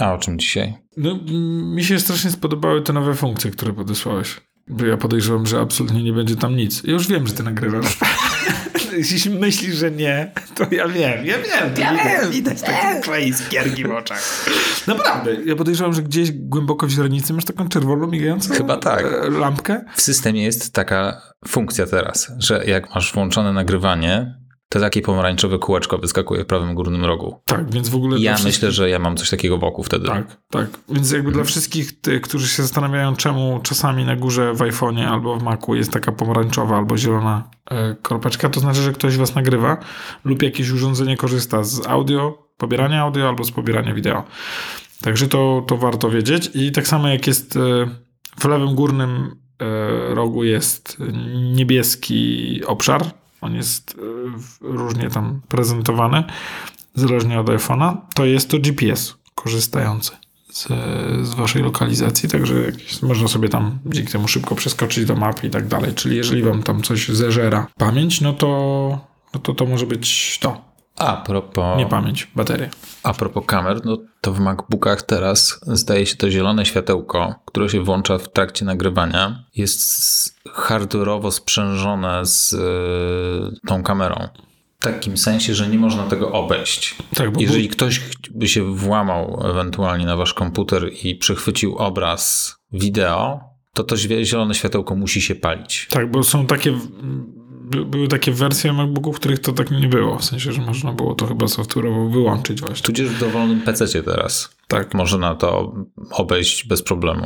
A o czym dzisiaj? No, mi się strasznie spodobały te nowe funkcje, które podesłałeś. Bo ja podejrzewam, że absolutnie nie będzie tam nic. Ja już wiem, że ty nagrywasz. Jeśli myślisz, że nie, to ja wiem. Widać takie twoje iskierki w oczach. Naprawdę. Ja podejrzewam, że gdzieś głęboko w źrenicy masz taką czerwoną, migającą Chyba tak. Lampkę. W systemie jest taka funkcja teraz, że jak masz włączone nagrywanie, to takie pomarańczowe kółeczko wyskakuje w prawym górnym rogu. Tak, więc w ogóle... Ja myślę, że ja mam coś takiego wokół wtedy. Tak. Więc jakby dla wszystkich tych, którzy się zastanawiają, czemu czasami na górze w iPhone'ie albo w Macu jest taka pomarańczowa albo zielona kropeczka, to znaczy, że ktoś was nagrywa lub jakieś urządzenie korzysta z audio, pobierania audio albo z pobierania wideo. Także to warto wiedzieć. I tak samo jak jest w lewym górnym rogu jest niebieski obszar. On jest różnie tam prezentowany, zależnie od iPhone'a. To jest to GPS korzystający z waszej lokalizacji, także można sobie tam dzięki temu szybko przeskoczyć do mapy i tak dalej. Czyli jeżeli wam tam coś zeżera pamięć, no to może być to. Nie pamięć, bateria. A propos kamer, no to w MacBookach teraz zdaje się to zielone światełko, które się włącza w trakcie nagrywania, jest hardware'owo sprzężone z tą kamerą. W takim sensie, że nie można tego obejść. Tak, jeżeli ktoś by się włamał ewentualnie na wasz komputer i przechwycił obraz wideo, to zielone światełko musi się palić. Tak, bo są takie... Były takie wersje MacBooków, w których to tak nie było. W sensie, że można było to chyba software'owo wyłączyć właśnie. Tudzież w dowolnym PC-cie teraz. Tak. Można to obejść bez problemu.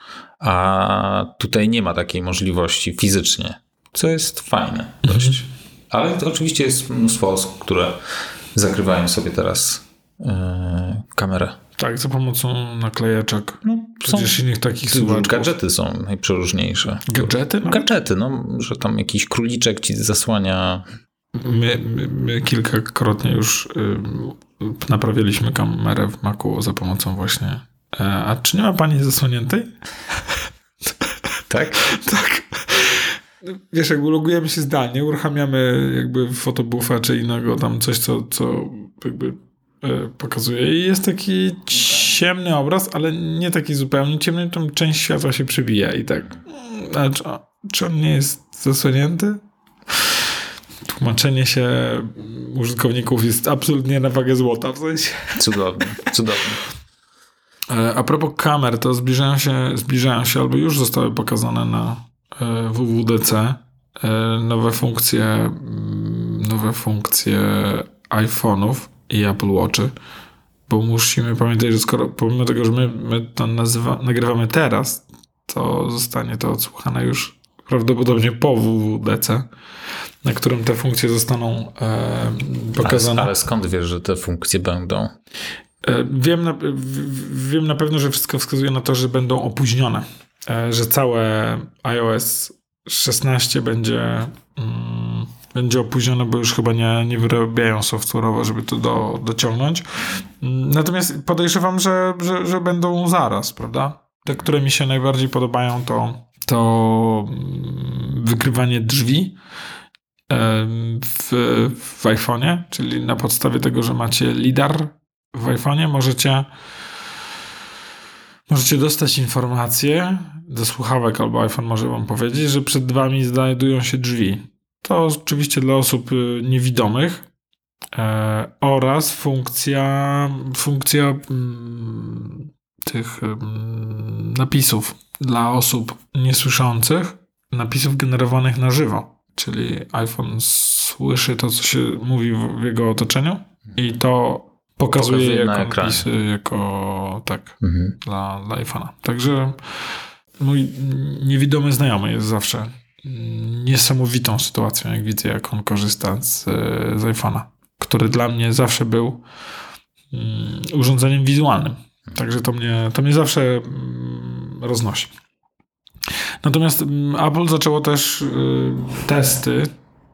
A tutaj nie ma takiej możliwości fizycznie, co jest fajne dość. Ale to oczywiście jest mnóstwo osób, które zakrywają sobie teraz kamerę. Tak, za pomocą naklejeczek. No, przecież innych takich słuchaczków. Gadżety są najprzeróżniejsze. Gadżety? No. Gadżety, że tam jakiś króliczek ci zasłania. My kilkakrotnie już naprawialiśmy kamerę w Macu za pomocą właśnie... A czy nie ma pani zasłoniętej? Tak? Tak. Wiesz, jakby logujemy się zdalnie, uruchamiamy jakby fotobuffa czy innego tam coś, co jakby pokazuje i jest taki ciemny obraz, ale nie taki zupełnie ciemny, tam część światła się przybija i tak. Czy on nie jest zasłonięty? Tłumaczenie się użytkowników jest absolutnie na wagę złota w sensie. Cudownie. A propos kamer, to zbliżają się albo już zostały pokazane na WWDC nowe funkcje iPhone'ów i Apple Watchy, bo musimy pamiętać, że pomimo tego, że my to nagrywamy teraz, to zostanie to odsłuchane już prawdopodobnie po WWDC, na którym te funkcje zostaną pokazane. Ale skąd wiesz, że te funkcje będą? Wiem na pewno, że wszystko wskazuje na to, że będą opóźnione. Że całe iOS 16 będzie opóźnione, bo już chyba nie wyrabiają software'owo, żeby to dociągnąć. Natomiast podejrzewam, że będą zaraz, prawda? Te, które mi się najbardziej podobają, to wykrywanie drzwi w iPhone'ie, czyli na podstawie tego, że macie lidar w iPhone'ie, możecie dostać informację do słuchawek, albo iPhone może wam powiedzieć, że przed wami znajdują się drzwi. To oczywiście dla osób niewidomych oraz funkcja tych napisów dla osób niesłyszących, napisów generowanych na żywo. Czyli iPhone słyszy to, co się mówi w jego otoczeniu i to pokazuje jako napisy, dla iPhone'a. Także mój niewidomy znajomy jest zawsze niesamowitą sytuacją, jak widzę, jak on korzysta z iPhone'a, który dla mnie zawsze był urządzeniem wizualnym. Także to mnie zawsze roznosi. Natomiast Apple zaczęło też testy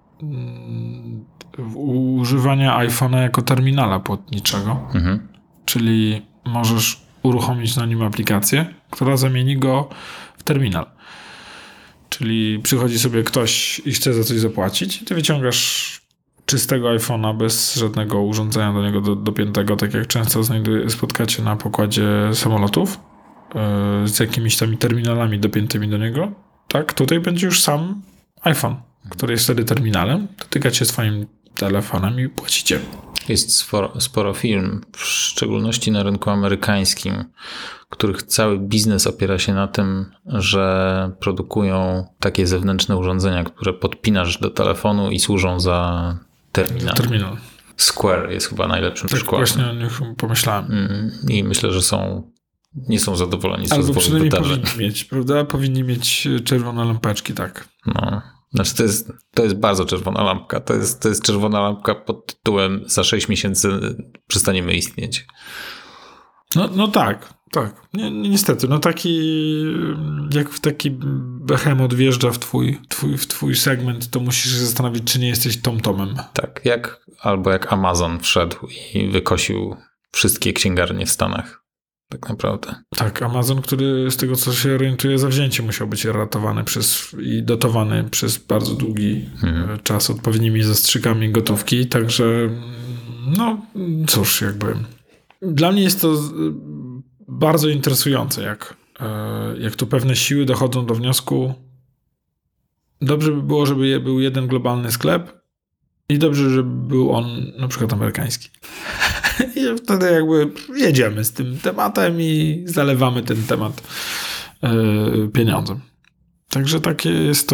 używania iPhone'a jako terminala płatniczego. Czyli możesz uruchomić na nim aplikację, która zamieni go w terminal. Czyli przychodzi sobie ktoś i chce za coś zapłacić i ty wyciągasz czystego iPhone'a bez żadnego urządzenia do niego dopiętego, tak jak często spotkacie na pokładzie samolotów, z jakimiś tam terminalami dopiętymi do niego, tak, tutaj będzie już sam iPhone, który jest wtedy terminalem, dotykacie swoim telefonem i płacicie. Jest sporo firm, w szczególności na rynku amerykańskim, których cały biznes opiera się na tym, że produkują takie zewnętrzne urządzenia, które podpinasz do telefonu i służą za terminal. Square jest chyba najlepszym przykładem. Właśnie o nich pomyślałem. I myślę, że nie są zadowoleni z albo rozwoju przynajmniej wydarzeń. powinni mieć, prawda? Powinni mieć czerwone lampeczki, tak. No. Znaczy to jest bardzo czerwona lampka. To jest czerwona lampka pod tytułem za 6 miesięcy przestaniemy istnieć. No tak. Niestety, jak taki behemoth wjeżdża w twój segment, to musisz się zastanowić, czy nie jesteś Tomem. Tak, albo jak Amazon wszedł i wykosił wszystkie księgarnie w Stanach. Tak naprawdę. Tak, Amazon, który z tego co się orientuje zawzięcie musiał być ratowany i dotowany przez bardzo długi czas odpowiednimi zastrzykami gotówki, także no cóż, jakby dla mnie jest to bardzo interesujące, jak tu pewne siły dochodzą do wniosku, dobrze by było, żeby był jeden globalny sklep i dobrze, żeby był on na przykład amerykański. I wtedy jakby jedziemy z tym tematem i zalewamy ten temat pieniądzem. Także takie jest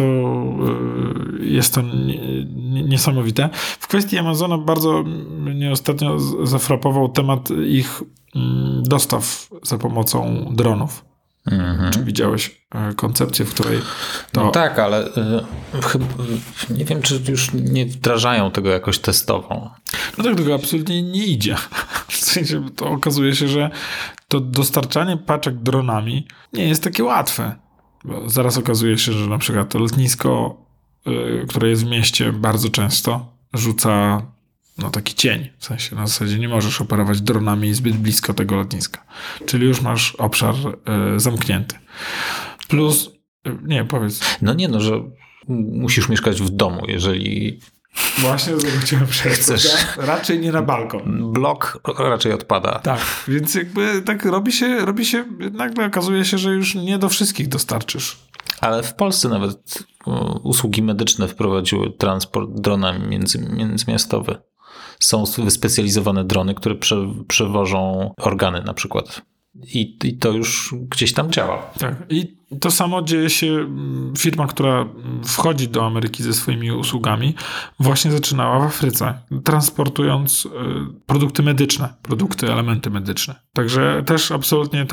to niesamowite. W kwestii Amazona bardzo mnie ostatnio zafrapował temat ich dostaw za pomocą dronów. Czy widziałeś koncepcję, w której to... No tak, ale chyba nie wiem, czy już nie wdrażają tego jakoś testowo. No tak, tego absolutnie nie idzie. W sensie to okazuje się, że to dostarczanie paczek dronami nie jest takie łatwe. Bo zaraz okazuje się, że na przykład to lotnisko, które jest w mieście, bardzo często rzuca taki cień. W sensie na zasadzie nie możesz operować dronami zbyt blisko tego lotniska. Czyli już masz obszar zamknięty. Plus, nie, powiedz. Że musisz mieszkać w domu, jeżeli... Właśnie to chciałem przejść. Raczej nie na balkon. Blok raczej odpada. Tak, więc jakby tak robi się, nagle okazuje się, że już nie do wszystkich dostarczysz. Ale w Polsce nawet usługi medyczne wprowadziły transport dronami międzymiastowy. Są wyspecjalizowane drony, które przewożą organy na przykład. I to już gdzieś tam działa. Tak. I to samo dzieje się, firma, która wchodzi do Ameryki ze swoimi usługami, właśnie zaczynała w Afryce, transportując produkty medyczne, elementy medyczne. Także też absolutnie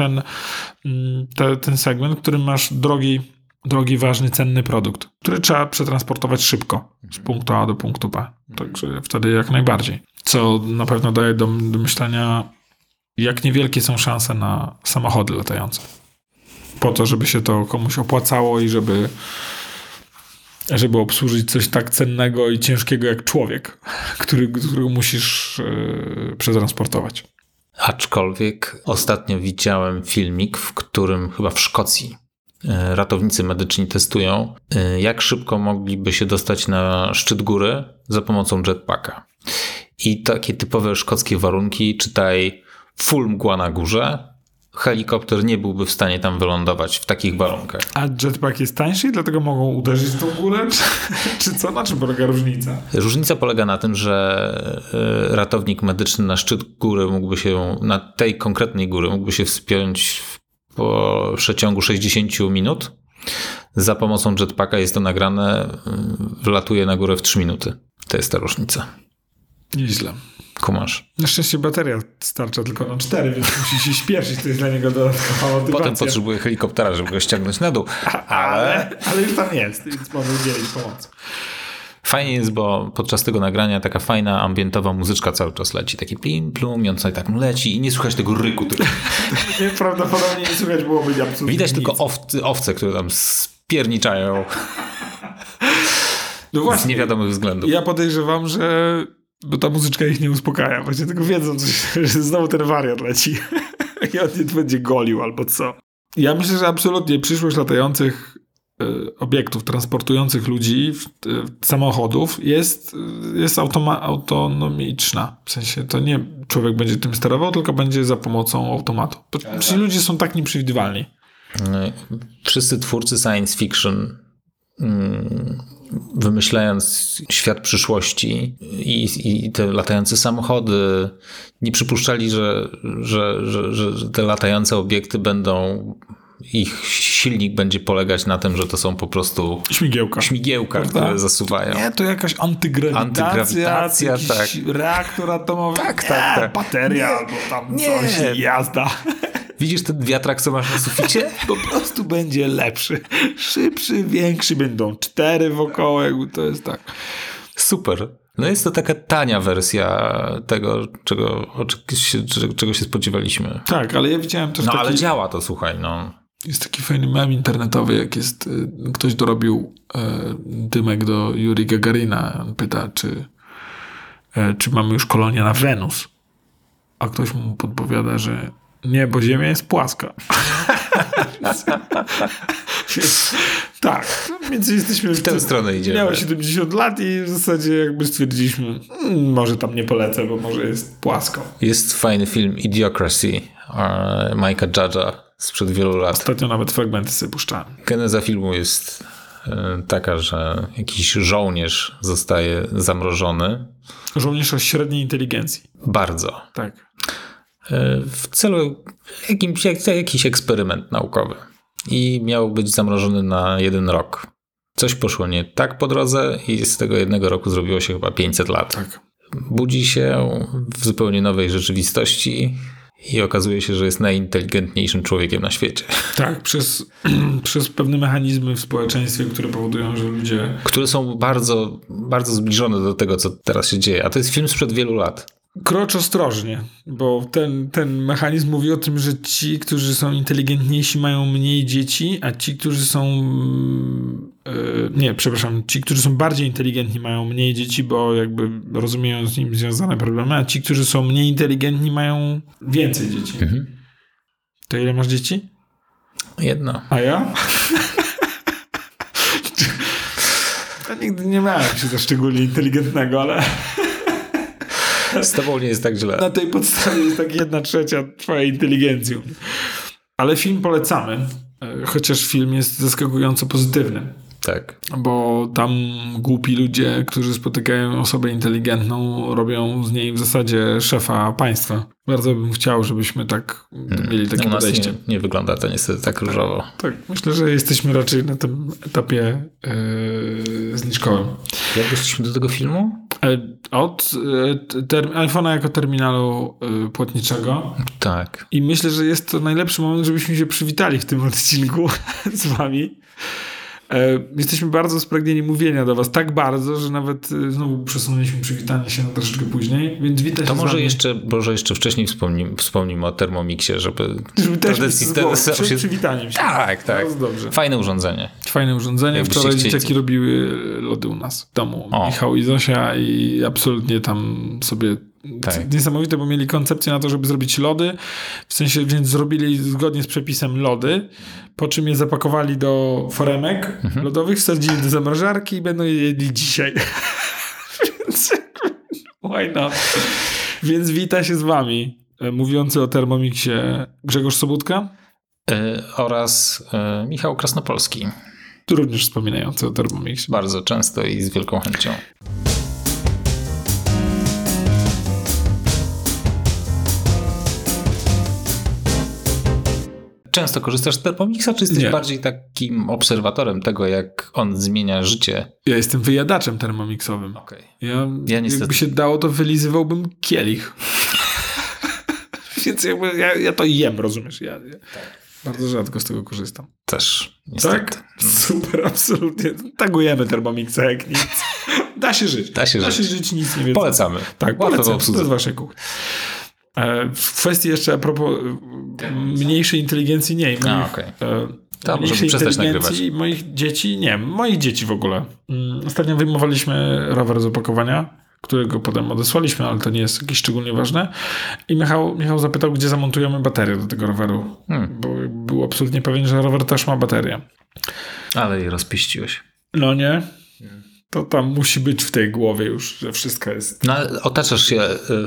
ten segment, w którym masz drogi, ważny, cenny produkt, który trzeba przetransportować szybko z punktu A do punktu B. Także wtedy jak najbardziej. Co na pewno daje do myślenia, jak niewielkie są szanse na samochody latające. Po to, żeby się to komuś opłacało i żeby obsłużyć coś tak cennego i ciężkiego jak człowiek, którego musisz przetransportować. Aczkolwiek ostatnio widziałem filmik, w którym chyba w Szkocji ratownicy medyczni testują, jak szybko mogliby się dostać na szczyt góry za pomocą jetpacka. I takie typowe szkockie warunki, czytaj full mgła na górze, helikopter nie byłby w stanie tam wylądować w takich warunkach. A jetpack jest tańszy i dlatego mogą uderzyć w tą górę? Czy co? Na czym polega różnica? Różnica polega na tym, że ratownik medyczny na szczyt góry na tej konkretnej góry mógłby się wspiąć po przeciągu 60 minut. Za pomocą jetpacka jest to nagrane, wlatuje na górę w 3 minuty. To jest ta różnica. Nieźle. Kumasz. Na szczęście bateria starcza tylko na 4, więc musi się śpieszyć. To jest dla niego dodatkowa motywacja. Potem potrzebuje helikoptera, żeby go ściągnąć na dół. Ale już tam jest, więc może udzielić pomocy. Fajnie jest, bo podczas tego nagrania taka fajna, ambientowa muzyczka cały czas leci. Taki plim, plum i on sobie tak leci i nie słychać tego ryku. Prawdopodobnie nie słychać byłoby absolutnie widać nic. tylko owce, które tam spierniczają z niewiadomych względów. Ja podejrzewam, bo ta muzyczka ich nie uspokaja. Właśnie tylko wiedzą, że znowu ten wariat leci. I on nie będzie golił albo co. Ja myślę, że absolutnie przyszłość latających obiektów transportujących ludzi, samochodów jest autonomiczna. W sensie to nie człowiek będzie tym sterował, tylko będzie za pomocą automatu. Czyli ludzie są tak nieprzewidywalni. Wszyscy twórcy science fiction, wymyślając świat przyszłości i te latające samochody, nie przypuszczali, że te latające obiekty ich silnik będzie polegać na tym, że to są po prostu śmigiełka, które zasuwają. Nie, to jakaś antygrawitacja, jakiś tak. reaktor atomowy, Tak. bateria albo tam coś, jazda. Widzisz ten wiatrak, co masz na suficie? Po prostu będzie lepszy, szybszy, większy, będą 4 wokoło, jakby to jest tak. Super. No jest to taka tania wersja tego, czego się spodziewaliśmy. Tak, ale ja widziałem też taki... ale działa to, słuchaj, no. Jest taki fajny mem internetowy, jak jest, ktoś dorobił dymek do Juri Gagarina. On pyta, czy mamy już kolonię na Wenus. A ktoś mu podpowiada, że nie, bo Ziemia jest płaska. Tak, więc jesteśmy w tę stronę idziemy. Miało 70 lat i w zasadzie jakby stwierdziliśmy, może tam nie polecę, bo może jest płasko. Jest fajny film Idiocracy Mike'a Judge'a sprzed wielu lat. Ostatnio nawet fragmenty sobie puszczałem. Geneza filmu jest taka, że jakiś żołnierz zostaje zamrożony. Żołnierz o średniej inteligencji. Bardzo. Tak. W celu jakiś eksperyment naukowy. I miał być zamrożony na 1 rok. Coś poszło nie tak po drodze i z tego 1 roku zrobiło się chyba 500 lat. Tak. Budzi się w zupełnie nowej rzeczywistości i okazuje się, że jest najinteligentniejszym człowiekiem na świecie. Tak, przez pewne mechanizmy w społeczeństwie, które powodują, że ludzie... Które są bardzo, bardzo zbliżone do tego, co teraz się dzieje. A to jest film sprzed wielu lat. Krocz ostrożnie, bo ten mechanizm mówi o tym, że ci, którzy są inteligentniejsi, mają mniej dzieci, a ci, którzy są... ci, którzy są bardziej inteligentni, mają mniej dzieci, bo jakby rozumieją z nim związane problemy, a ci, którzy są mniej inteligentni, mają więcej dzieci. Mhm. To ile masz dzieci? 1. A ja? Ja nigdy nie miałem się za szczególnie inteligentnego, ale... Z tobą nie jest tak źle. Na tej podstawie jest tak 1/3 twojej inteligencji. Ale film polecamy, chociaż film jest zaskakująco pozytywny. Tak. Bo tam głupi ludzie, którzy spotykają osobę inteligentną, robią z niej w zasadzie szefa państwa. Bardzo bym chciał, żebyśmy tak mieli takie podejście. Nie wygląda to niestety tak różowo. Tak, myślę, że jesteśmy raczej na tym etapie zniżkowym. Jak doszliśmy do tego filmu? Od iPhone'a jako terminalu płatniczego. Tak. I myślę, że jest to najlepszy moment, żebyśmy się przywitali w tym odcinku z wami. Jesteśmy bardzo spragnieni mówienia do was, tak bardzo, że nawet znowu przesunęliśmy przywitanie się na troszeczkę później, więc witaj się to może jeszcze wcześniej wspomnimy o Thermomixie, żeby też przed przywitaniem się. Tak. Bardzo dobrze. Fajne urządzenie. Wczoraj dzieciaki robiły lody u nas w domu. Michał i Zosia i absolutnie tam sobie... Tak. Niesamowite, bo mieli koncepcję na to, żeby zrobić lody, w sensie, więc zrobili zgodnie z przepisem lody, po czym je zapakowali do foremek lodowych, wsadzili do zamrażarki i będą je jedli dzisiaj. Więc why not? Więc wita się z wami mówiący o Thermomixie Grzegorz Sobótka oraz Michał Krasnopolski. Również wspominający o Thermomixie. Bardzo często i z wielką chęcią. Często korzystasz z Thermomixa, czy jesteś bardziej takim obserwatorem tego, jak on zmienia życie? Ja jestem wyjadaczem termomixowym. Okay. Ja niestety... Jakby się dało, to wylizywałbym kielich. Więc jakby ja to jem, rozumiesz? Ja bardzo rzadko z tego korzystam. Też, niestety. Tak? Super, absolutnie. Tagujemy Thermomixa jak nic. Da się żyć. Da się żyć, nic nie wiem. Polecamy. Tak, polecam. To jest waszej kuchni. W kwestii jeszcze a propos mniejszej inteligencji, mniejszej inteligencji moich dzieci, moich dzieci w ogóle. Ostatnio wyjmowaliśmy rower z opakowania, którego potem odesłaliśmy, ale to nie jest jakieś szczególnie ważne. I Michał zapytał, gdzie zamontujemy baterię do tego roweru, bo był absolutnie pewien, że rower też ma baterię. Ale je rozpieściłeś. No nie? To tam musi być w tej głowie już, że wszystko jest... No ale otaczasz się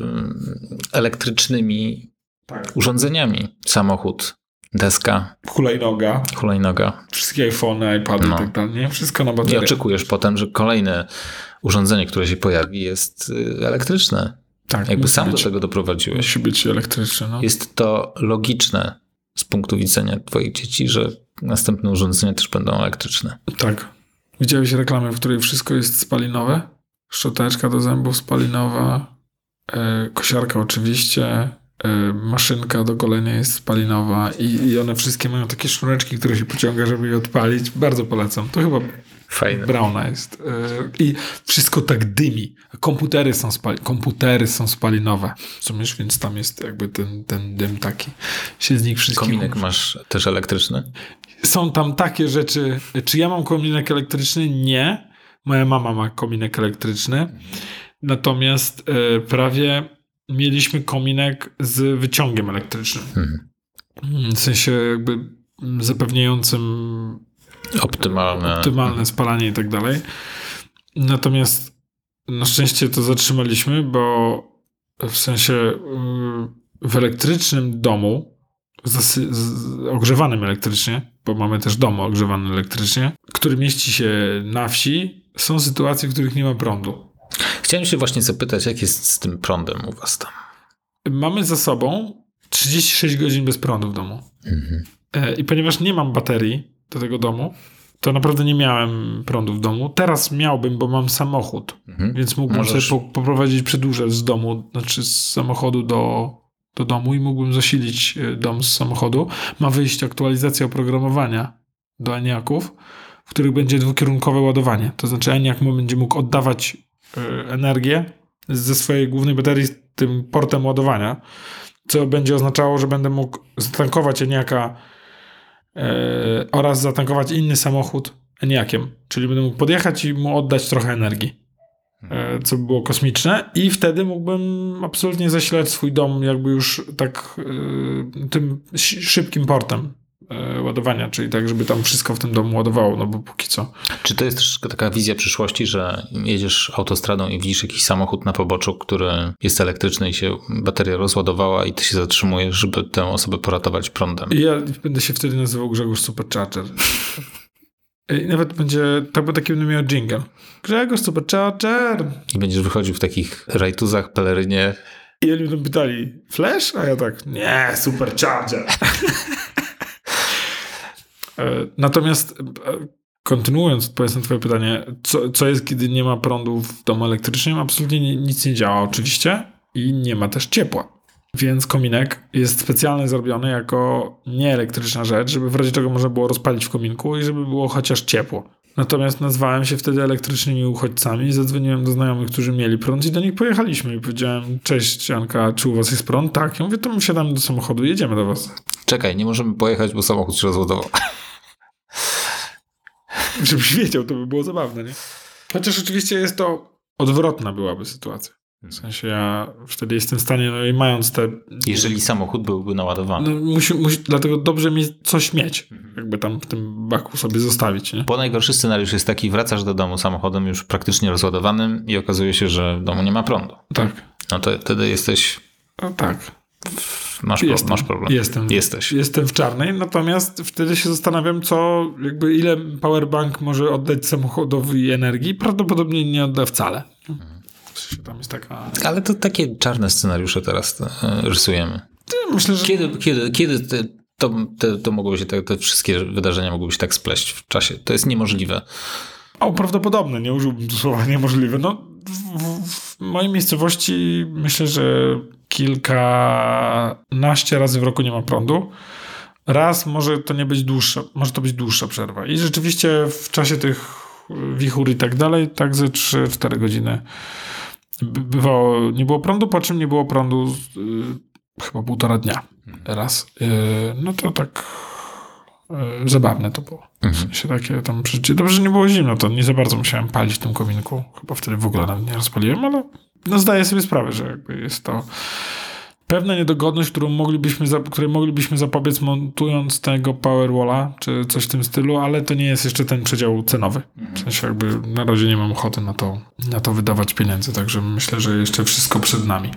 elektrycznymi urządzeniami. Samochód, deska, hulajnoga. Wszystkie iPhony, iPady i tak dalej. Nie? Wszystko na baterię. I oczekujesz potem, że kolejne urządzenie, które się pojawi, jest elektryczne. Tak, jakby sam do tego doprowadziłeś. Musi być elektryczne. No. Jest to logiczne z punktu widzenia twoich dzieci, że następne urządzenia też będą elektryczne. Tak. Widziałeś reklamę, w której wszystko jest spalinowe? Szczoteczka do zębów spalinowa, kosiarka oczywiście, maszynka do golenia jest spalinowa i one wszystkie mają takie sznureczki, które się pociąga, żeby je odpalić. Bardzo polecam. To chyba fajne. Brauna jest. I wszystko tak dymi. Komputery są spalinowe. Rozumiesz? Więc tam jest jakby ten dym taki. Się z nich wszystkich... Kominek masz też elektryczny? Są tam takie rzeczy. Czy ja mam kominek elektryczny? Nie. Moja mama ma kominek elektryczny. Natomiast prawie mieliśmy kominek z wyciągiem elektrycznym. W sensie jakby zapewniającym optymalne spalanie i tak dalej. Natomiast na szczęście to zatrzymaliśmy, bo w sensie w elektrycznym domu ogrzewanym elektrycznie, bo mamy też dom ogrzewany elektrycznie, który mieści się na wsi, są sytuacje, w których nie ma prądu. Chciałem się właśnie zapytać, jak jest z tym prądem u was tam? Mamy za sobą 36 godzin bez prądu w domu. I ponieważ nie mam baterii do tego domu, to naprawdę nie miałem prądu w domu. Teraz miałbym, bo mam samochód, więc mógłbym sobie poprowadzić przedłużać z domu, znaczy z samochodu do domu i mógłbym zasilić dom z samochodu. Ma wyjść aktualizacja oprogramowania do ENIAC-ów, w których będzie dwukierunkowe ładowanie. To znaczy ENIAC będzie mógł oddawać energię ze swojej głównej baterii tym portem ładowania, co będzie oznaczało, że będę mógł zatankować ENIAC-a oraz zatankować inny samochód ENIAC-iem. Czyli będę mógł podjechać i mu oddać trochę energii. Co by było kosmiczne. I wtedy mógłbym absolutnie zasilać swój dom jakby już tak tym szybkim portem ładowania, czyli tak, żeby tam wszystko w tym domu ładowało, no bo póki co. Czy to jest też taka wizja przyszłości, że jedziesz autostradą i widzisz jakiś samochód na poboczu, który jest elektryczny i się bateria rozładowała i ty się zatrzymujesz, żeby tę osobę poratować prądem? Ja będę się wtedy nazywał Grzegorz Supercharger. I nawet taki będę miał jingle. Grzegorz Supercharger. I będziesz wychodził w takich rajtuzach, pelerynie. I oni będą pytali, Flash? A ja tak, nie, Supercharger. Natomiast kontynuując, odpowiedz na twoje pytanie, co jest, kiedy nie ma prądu w domu elektrycznym? Absolutnie nic nie działa oczywiście i nie ma też ciepła. Więc kominek jest specjalnie zrobiony jako nieelektryczna rzecz, żeby w razie czego można było rozpalić w kominku i żeby było chociaż ciepło. Natomiast nazwałem się wtedy elektrycznymi uchodźcami, zadzwoniłem do znajomych, którzy mieli prąd i do nich pojechaliśmy i powiedziałem, cześć Janka, czy u was jest prąd? Tak. Ja mówię, to my wsiadamy do samochodu i jedziemy do was. Czekaj, nie możemy pojechać, bo samochód się rozładował. Żebyś wiedział, to by było zabawne, nie? Chociaż oczywiście jest to odwrotna byłaby sytuacja. W sensie ja wtedy jestem w stanie, no i mając te... Jeżeli samochód byłby naładowany. No dlatego dobrze coś mieć. Jakby tam w tym baku sobie zostawić, nie? Bo najgorszy scenariusz jest taki, wracasz do domu samochodem już praktycznie rozładowanym i okazuje się, że w domu nie ma prądu. Tak. No to wtedy jesteś... No tak. Masz problem. Jestem w czarnej, natomiast wtedy się zastanawiam, ile powerbank może oddać samochodowi energii. Prawdopodobnie nie odda wcale. Tam jest taka... Ale to takie czarne scenariusze teraz rysujemy. Myślę, że... Kiedy to mogłoby się, te wszystkie wydarzenia mogłyby się tak spleść w czasie? To jest niemożliwe. Prawdopodobne, nie użyłbym tu słowa niemożliwe. No, w mojej miejscowości myślę, że kilkanaście razy w roku nie ma prądu. Raz może to być dłuższa przerwa. I rzeczywiście w czasie tych wichur i tak dalej, tak ze 3-4 godziny bywało, nie było prądu, po czym nie było prądu chyba 1,5 dnia. Raz. No to tak zabawne to było. W sensie takie tam przeżycie. Dobrze, że nie było zimno, to nie za bardzo musiałem palić w tym kominku. Chyba wtedy w ogóle nawet nie rozpaliłem, ale no zdaję sobie sprawę, że jakby jest to pewna niedogodność, której moglibyśmy zapobiec montując tego Powerwalla, czy coś w tym stylu, ale to nie jest jeszcze ten przedział cenowy. W sensie jakby na razie nie mam ochoty na to wydawać pieniędzy, także myślę, że jeszcze wszystko przed nami.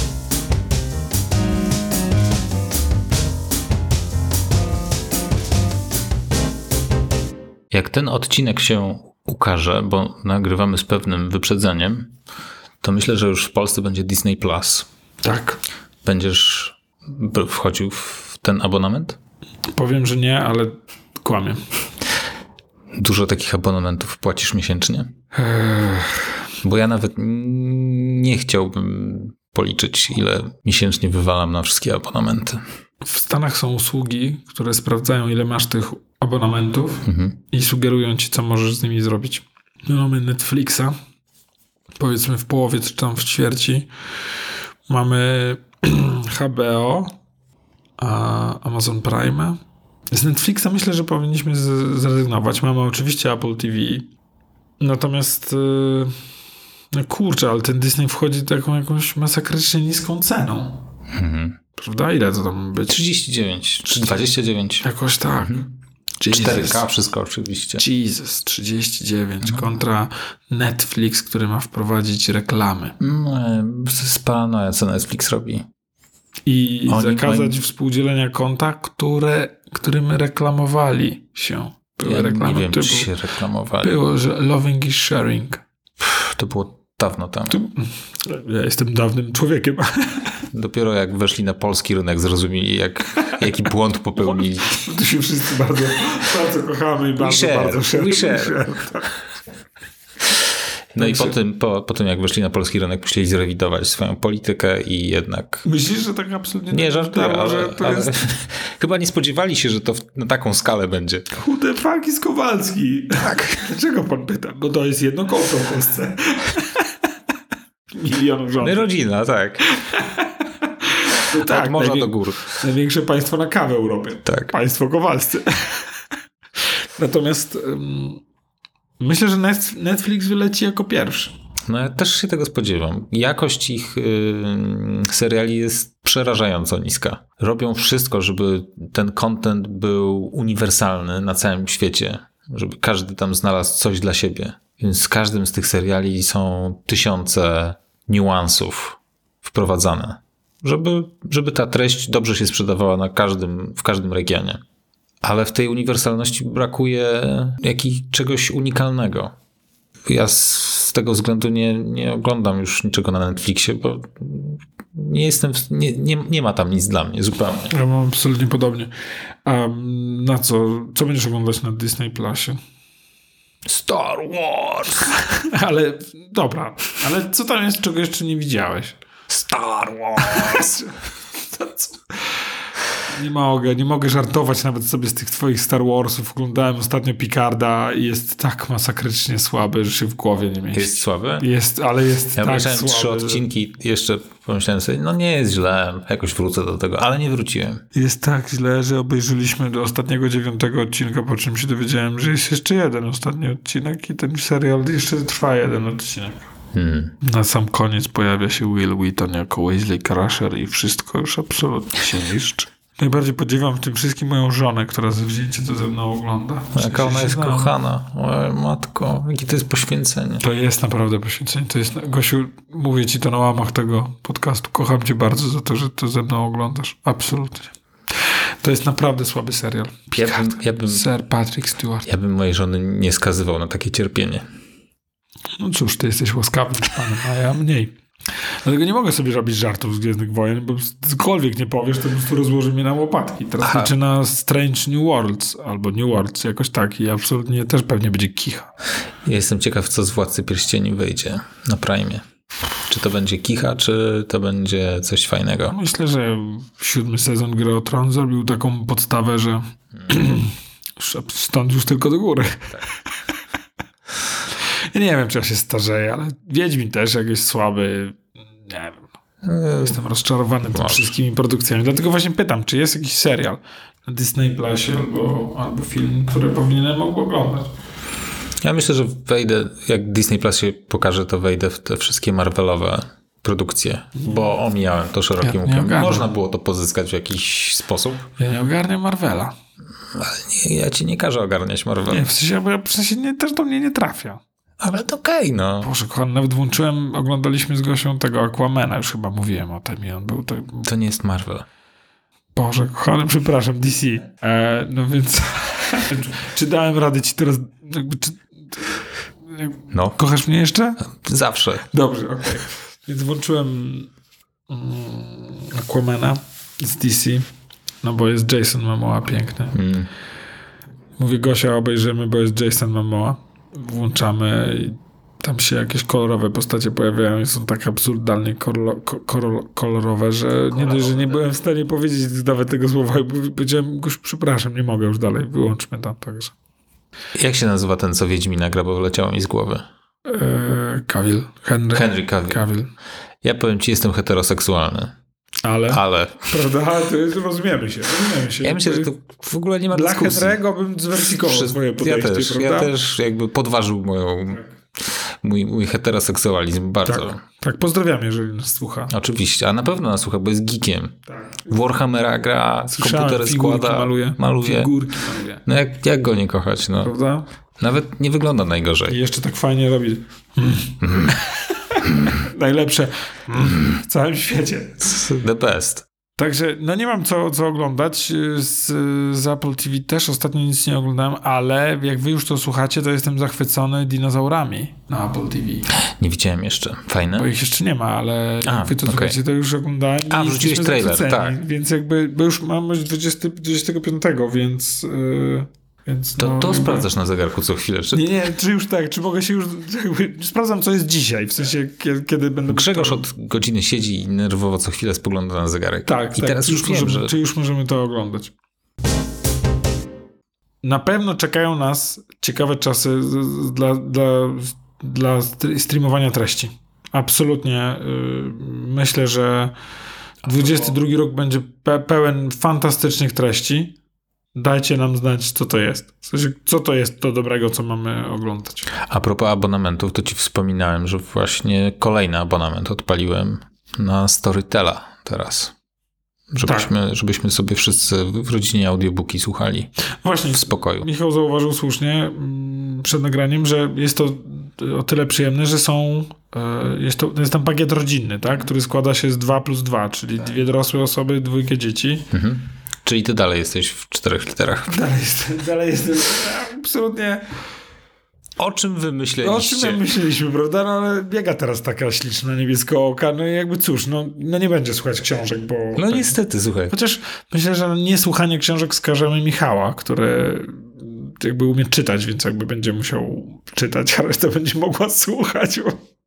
Jak ten odcinek się ukaże, bo nagrywamy z pewnym wyprzedzeniem, to myślę, że już w Polsce będzie Disney Plus. Tak. Będziesz wchodził w ten abonament? Powiem, że nie, ale kłamię. Dużo takich abonamentów płacisz miesięcznie? Bo ja nawet nie chciałbym policzyć, ile miesięcznie wywalam na wszystkie abonamenty. W Stanach są usługi, które sprawdzają, ile masz tych abonamentów i sugerują ci, co możesz z nimi zrobić. My mamy Netflixa, powiedzmy w połowie, czy tam w ćwierci. Mamy HBO, Amazon Prime. Z Netflixa myślę, że powinniśmy zrezygnować. Mamy oczywiście Apple TV. Natomiast no kurczę, ale ten Disney wchodzi taką jakąś masakrycznie niską ceną. Prawda? Ile to tam być? 39 czy 29. Jakoś tak. 4K, wszystko oczywiście. Jesus, 39 kontra Netflix, który ma wprowadzić reklamy. Z paranoja, co Netflix robi. I zakazać współdzielenia konta, którym reklamowali się. Były reklamy nie wiem, typu, czy się reklamowali. Było, że loving is sharing. To było dawno temu. Ja jestem dawnym człowiekiem. Dopiero jak weszli na polski rynek, zrozumieli, jaki błąd popełnili. Tu się wszyscy bardzo, bardzo kochamy i bardzo share. No i po tym, jak weszli na polski rynek, musieli zrewidować swoją politykę i jednak... Myślisz, że tak absolutnie nie żartuję, ale jest... chyba nie spodziewali się, że to na taką skalę będzie. Who the fuck is Kowalski? Tak. Dlaczego pan pyta? Bo to jest jedno konto w Polsce. Milionów rządów. Rodzina, tak. No tak, od morza do gór. Największe państwo na kawę w Europie. Tak. Państwo Kowalscy. Natomiast myślę, że Netflix wyleci jako pierwszy. No ja też się tego spodziewam. Jakość ich seriali jest przerażająco niska. Robią wszystko, żeby ten content był uniwersalny na całym świecie. Żeby każdy tam znalazł coś dla siebie. Więc z każdym z tych seriali są tysiące niuansów wprowadzane. Żeby ta treść dobrze się sprzedawała w każdym regionie. Ale w tej uniwersalności brakuje czegoś unikalnego. Ja z tego względu nie oglądam już niczego na Netflixie, bo nie ma tam nic dla mnie zupełnie. Ja mam absolutnie podobnie. A na co będziesz oglądać na Disney Plusie? Star Wars! Ale dobra, ale co tam jest, czego jeszcze nie widziałeś? Star Wars! Nie mogę żartować nawet sobie z tych twoich Star Warsów. Oglądałem ostatnio Picarda i jest tak masakrycznie słaby, że się w głowie nie mieści. Jest słaby? Jest, ale jest ja tak słaby. Ja 3 odcinki, jeszcze pomyślałem sobie, no nie jest źle, jakoś wrócę do tego, ale nie wróciłem. Jest tak źle, że obejrzeliśmy do ostatniego 9 odcinka, po czym się dowiedziałem, że jest jeszcze jeden ostatni odcinek i ten serial jeszcze trwa jeden odcinek. Na sam koniec pojawia się Will Wheaton jako Weasley Crusher i wszystko już absolutnie się niszczy. Najbardziej podziwiam w tym wszystkim moją żonę, która zawzięcie to ze mną ogląda. Jaka ona jest kochana. O, matko, jakie to jest poświęcenie. To jest naprawdę poświęcenie. To jest, Gosiu, mówię ci to na łamach tego podcastu. Kocham cię bardzo za to, że to ze mną oglądasz. Absolutnie. To jest naprawdę słaby serial. Sir Patrick Stewart. Ja bym mojej żony nie skazywał na takie cierpienie. No cóż, ty jesteś łaskawym panem, a ja mniej. Dlatego nie mogę sobie robić żartów z Gwiezdnych Wojen, bo cokolwiek nie powiesz, to po prostu rozłoży mnie na łopatki. Teraz liczę na Strange New Worlds albo New Worlds, jakoś tak i absolutnie też pewnie będzie kicha. Ja jestem ciekaw, co z Władcy Pierścieni wyjdzie na Prime. Czy to będzie kicha, czy to będzie coś fajnego? Myślę, że 7 sezon Gry o Tron zrobił taką podstawę, że stąd już tylko do góry. Tak. Ja nie wiem, czy ja się starzeję, ale Wiedźmin też jak jest słaby, nie wiem. Jestem rozczarowany tymi wszystkimi produkcjami. Dlatego właśnie pytam, czy jest jakiś serial na Disney Plusie albo film, który powinienem oglądać. Ja myślę, że wejdę, jak Disney Plus się pokaże, to wejdę w te wszystkie Marvelowe produkcję, bo omijałem to szerokim Ja nie łukiem. ogarniam. Można było to pozyskać w jakiś sposób, Ja nie ogarniam Marvela. ale ja ci nie każę ogarniać Marvela. Nie, w sensie też do mnie nie trafia. Ale to okej, no. Boże, kochany, nawet oglądaliśmy z Gosią tego Aquamana, już chyba mówiłem o tym i on był tak... To nie jest Marvel. Boże, kochany, przepraszam, DC. No więc... czy dałem radę ci teraz... No, Kochasz mnie jeszcze? zawsze. Dobrze, okej. Więc włączyłem Aquamana z DC, no bo jest Jason Momoa piękny. Mówię, Gosia, obejrzymy, bo jest Jason Momoa. Włączamy i tam się jakieś kolorowe postacie pojawiają i są tak absurdalnie kolorowe, że nie dość, że nie byłem w stanie powiedzieć nawet tego słowa i powiedziałem, Goś, przepraszam, nie mogę już dalej, wyłączmy tam także. Jak się nazywa ten, co Wiedźmina gra, bo wyleciało mi z głowy? Cavill. Henry Cavill. Ja powiem ci, jestem heteroseksualny. Ale. Prawda? To jest, rozumiemy się. Ja myślę, że to w ogóle nie ma dla dyskusji. Dla Henry'ego bym zweryfikował swoje podejście, ja też jakby podważył mój heteroseksualizm bardzo. Tak, pozdrawiam, jeżeli nas słucha. Oczywiście, a na pewno nas słucha, bo jest geekiem. Tak. Warhammera gra, komputery składa, maluje. Figurki maluje. No jak go nie kochać, no. Prawda? Nawet nie wygląda najgorzej. I jeszcze tak fajnie robi. Najlepsze w całym świecie. The best. Także no nie mam co oglądać. Z Apple TV też ostatnio nic nie oglądałem, ale jak wy już to słuchacie, to jestem zachwycony dinozaurami na Apple TV. Nie widziałem jeszcze. Fajne? Bo ich jeszcze nie ma, ale jak wy to słuchacie, to już oglądałem. Wrzuciłeś trailer, tak. Więc jakby, bo już mam 25, więc... To sprawdzasz na zegarku co chwilę. Czy... Nie, czy już tak, czy mogę się już... Sprawdzam, co jest dzisiaj, w sensie, kiedy będę... Grzegorz od godziny siedzi i nerwowo co chwilę spogląda na zegarek. Tak, I teraz już wiem, że... Czy już możemy to oglądać? Na pewno czekają nas ciekawe czasy dla streamowania treści. Absolutnie. Myślę, że 22 rok będzie pełen fantastycznych treści. Dajcie nam znać, co to jest. W sensie, co to jest to dobrego, co mamy oglądać. A propos abonamentów, to ci wspominałem, że właśnie kolejny abonament odpaliłem na Storytela teraz. Żebyśmy sobie wszyscy w rodzinie audiobooki słuchali. Właśnie. W spokoju. Michał zauważył słusznie przed nagraniem, że jest to o tyle przyjemne, że jest tam pakiet rodzinny, tak? Który składa się z 2+2, czyli 2 dorosłe osoby, 2 dzieci. Mhm. Czyli ty dalej jesteś w 4 literach. Dalej jestem absolutnie... O czym wy myśleliście? O czym my myśleliśmy, prawda? No ale biega teraz taka śliczna niebieska, no i jakby cóż, no nie będzie słuchać książek, bo... No niestety, słuchaj. Chociaż myślę, że niesłuchanie książek skażemy Michała, który jakby umie czytać, więc jakby będzie musiał czytać, a reszta będzie mogła słuchać.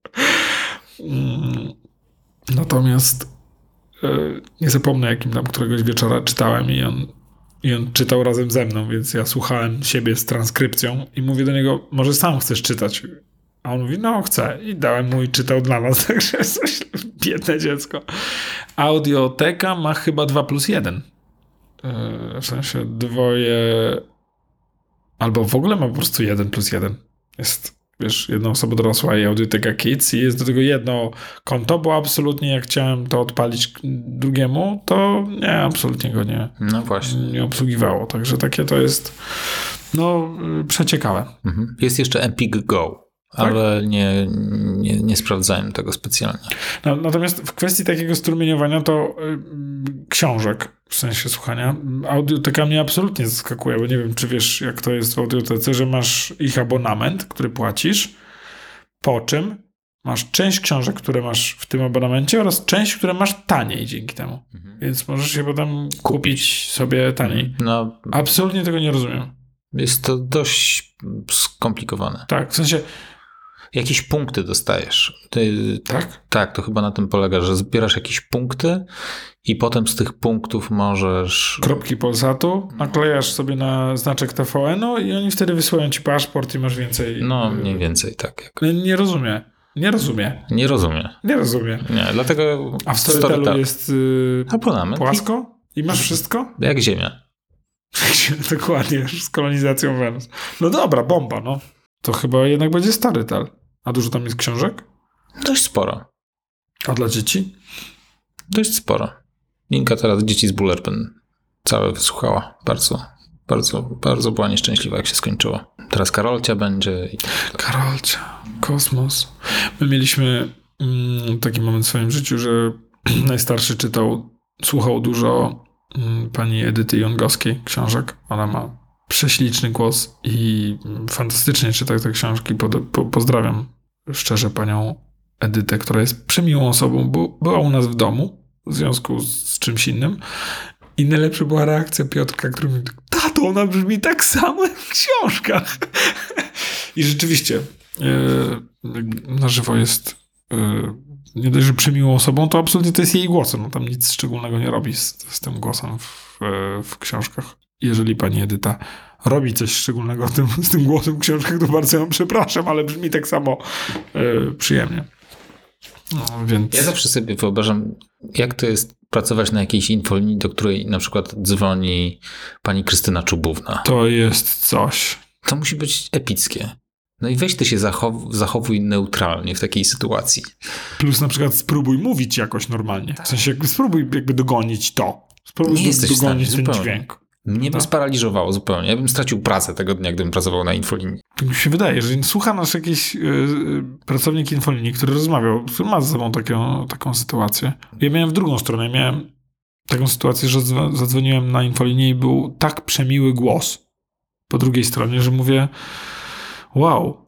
Natomiast nie zapomnę, jakim tam któregoś wieczora czytałem i on czytał razem ze mną, więc ja słuchałem siebie z transkrypcją i mówię do niego, może sam chcesz czytać? A on mówi, no chcę. I dałem mu i czytał dla nas, także coś, biedne dziecko. Audioteka ma chyba 2+1. W sensie 2... Albo w ogóle ma po prostu 1+1. Jest, wiesz, jedna osoba dorosła i Audioteka Kids i jest do tego jedno konto, bo absolutnie jak chciałem to odpalić drugiemu, to nie, absolutnie go nie obsługiwało. Także takie to jest przeciekawe. Mhm. Jest jeszcze Epic Go, ale nie sprawdzałem tego specjalnie. Natomiast w kwestii takiego strumieniowania to książek, w sensie słuchania, Audioteka mnie absolutnie zaskakuje, bo nie wiem, czy wiesz, jak to jest w Audiotece, że masz ich abonament, który płacisz, po czym masz część książek, które masz w tym abonamencie oraz część, które masz taniej dzięki temu. Mhm. Więc możesz je potem kupić sobie taniej. No, absolutnie tego nie rozumiem. Jest to dość skomplikowane. Tak, w sensie... Jakieś punkty dostajesz. Tak? Tak, to chyba na tym polega, że zbierasz jakieś punkty i potem z tych punktów możesz... Kropki Polsatu, naklejasz sobie na znaczek TVN-u i oni wtedy wysyłają ci paszport i masz więcej... No, mniej więcej tak. Nie rozumiem. Nie, dlatego... A w Storytelu jest abonament płasko? I masz wszystko? Jak Ziemia. Dokładnie, z kolonizacją Wenus. No dobra, bomba, no. To chyba jednak będzie Storytel. A dużo tam jest książek? Dość sporo. A dla dzieci? Dość sporo. Linka teraz dzieci z Bullerbyn całe wysłuchała. Bardzo, bardzo, bardzo była nieszczęśliwa, jak się skończyło. Teraz Karolcia będzie. Karolcia, kosmos. My mieliśmy taki moment w swoim życiu, że najstarszy słuchał dużo pani Edyty Jongowskiej książek. Ona ma prześliczny głos i fantastycznie czyta te książki. Pozdrawiam szczerze panią Edytę, która jest przemiłą osobą, bo była u nas w domu w związku z czymś innym. I najlepsza była reakcja Piotrka, który mówi: tato, ona brzmi tak samo jak w książkach. I rzeczywiście na żywo jest nie dość, że przemiłą osobą, to absolutnie to jest jej głosem. No tam nic szczególnego nie robi z tym głosem w książkach. Jeżeli pani Edyta robi coś szczególnego z tym głosem w książkach, to bardzo ją przepraszam, ale brzmi tak samo przyjemnie. No, więc... Ja zawsze sobie wyobrażam, jak to jest pracować na jakiejś infolinii, do której na przykład dzwoni pani Krystyna Czubówna. To jest coś. To musi być epickie. No i weź ty się zachowuj neutralnie w takiej sytuacji. Plus na przykład spróbuj mówić jakoś normalnie. W sensie spróbuj dogonić to. Spróbuj nie jesteś dogonić w stanie, ten zupełnie. dźwięk. Mnie by sparaliżowało zupełnie. Ja bym stracił pracę tego dnia, gdybym pracował na infolinii. Tak mi się wydaje, że słucha nas jakiś pracownik infolinii, który rozmawiał, który ma ze sobą taką sytuację. Ja miałem w drugą stronę. Miałem taką sytuację, że zadzwoniłem na infolinię i był tak przemiły głos po drugiej stronie, że mówię: wow,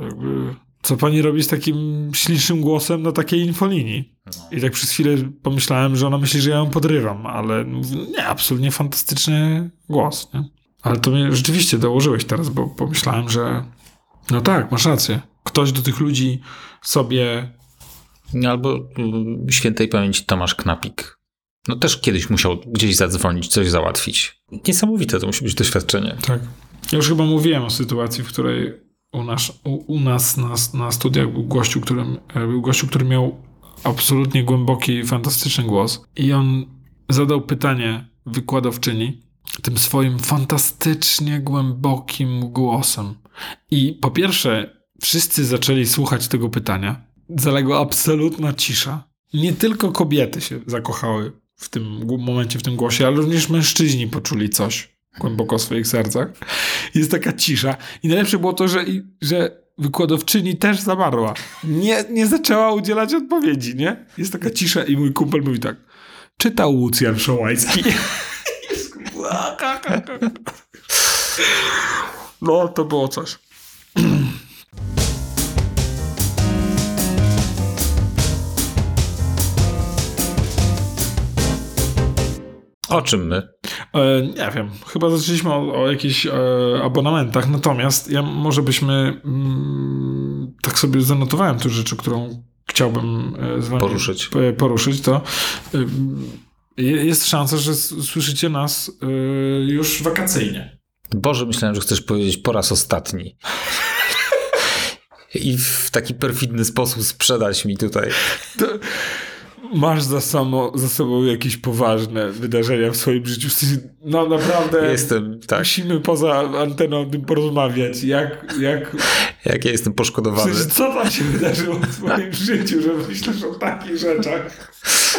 co pani robi z takim ślicznym głosem na takiej infolinii? I tak przez chwilę pomyślałem, że ona myśli, że ja ją podrywam, ale nie, absolutnie fantastyczny głos. Nie? Ale to mnie rzeczywiście dołożyłeś teraz, bo pomyślałem, że no tak, masz rację. Ktoś do tych ludzi sobie... Albo świętej pamięci Tomasz Knapik. No też kiedyś musiał gdzieś zadzwonić, coś załatwić. Niesamowite to musi być doświadczenie. Tak. Ja już chyba mówiłem o sytuacji, w której u nas na studiach był gościu, który miał absolutnie głęboki, fantastyczny głos. I on zadał pytanie wykładowczyni tym swoim fantastycznie głębokim głosem. I po pierwsze, wszyscy zaczęli słuchać tego pytania. Zaległa absolutna cisza. Nie tylko kobiety się zakochały w tym momencie, w tym głosie, ale również mężczyźni poczuli coś głęboko w swoich sercach. Jest taka cisza. I najlepsze było to, że wykładowczyni też zamarła. Nie zaczęła udzielać odpowiedzi, nie? Jest taka cisza i mój kumpel mówi tak: czytał Łucjan Szołański. No, to było coś. O czym my? Nie wiem. Chyba zaczęliśmy o jakichś abonamentach. Natomiast może byśmy tak sobie zanotowałem tę rzecz, którą chciałbym z wami poruszyć. To jest szansa, że słyszycie nas już wakacyjnie. Boże, myślałem, że chcesz powiedzieć po raz ostatni. I w taki perfidny sposób sprzedać mi tutaj. Masz za sobą jakieś poważne wydarzenia w swoim życiu. No naprawdę musimy poza anteną o tym porozmawiać. Jak ja jestem poszkodowany. Co tam się wydarzyło w swoim życiu, że myślisz o takich rzeczach?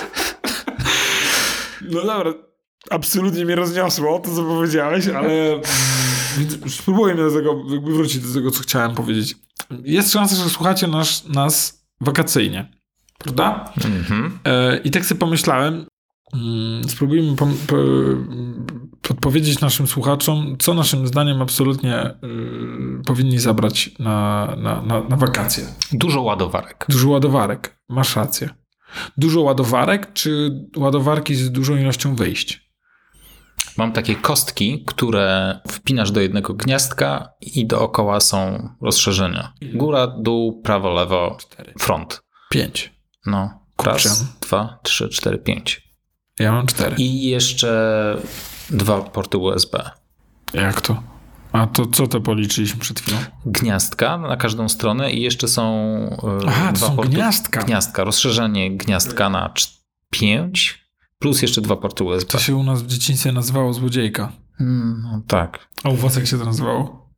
No dobra, absolutnie mnie rozniosło to, co powiedziałeś, ale spróbujmy wrócić do tego, co chciałem powiedzieć. Jest szansa, że słuchacie nas wakacyjnie. Prawda? Mm-hmm. I tak sobie pomyślałem, spróbujmy podpowiedzieć naszym słuchaczom, co naszym zdaniem absolutnie powinni zabrać na wakacje. Dużo ładowarek. Dużo ładowarek. Masz rację. Dużo ładowarek, czy ładowarki z dużą ilością wyjść? Mam takie kostki, które wpinasz do jednego gniazdka i dookoła są rozszerzenia. Góra, dół, prawo, lewo, 4. Front. 5. No, raz, 2, 3, 4, 5. Ja mam 4. I jeszcze 2 porty USB. Jak to? A to co to policzyliśmy przed chwilą? Gniazdka na każdą stronę i jeszcze są to są porty. Gniazdka, rozszerzenie gniazdka na 5 plus jeszcze 2 porty USB. To się u nas w dzieciństwie nazywało złodziejka. No tak. A u was jak się to nazywało?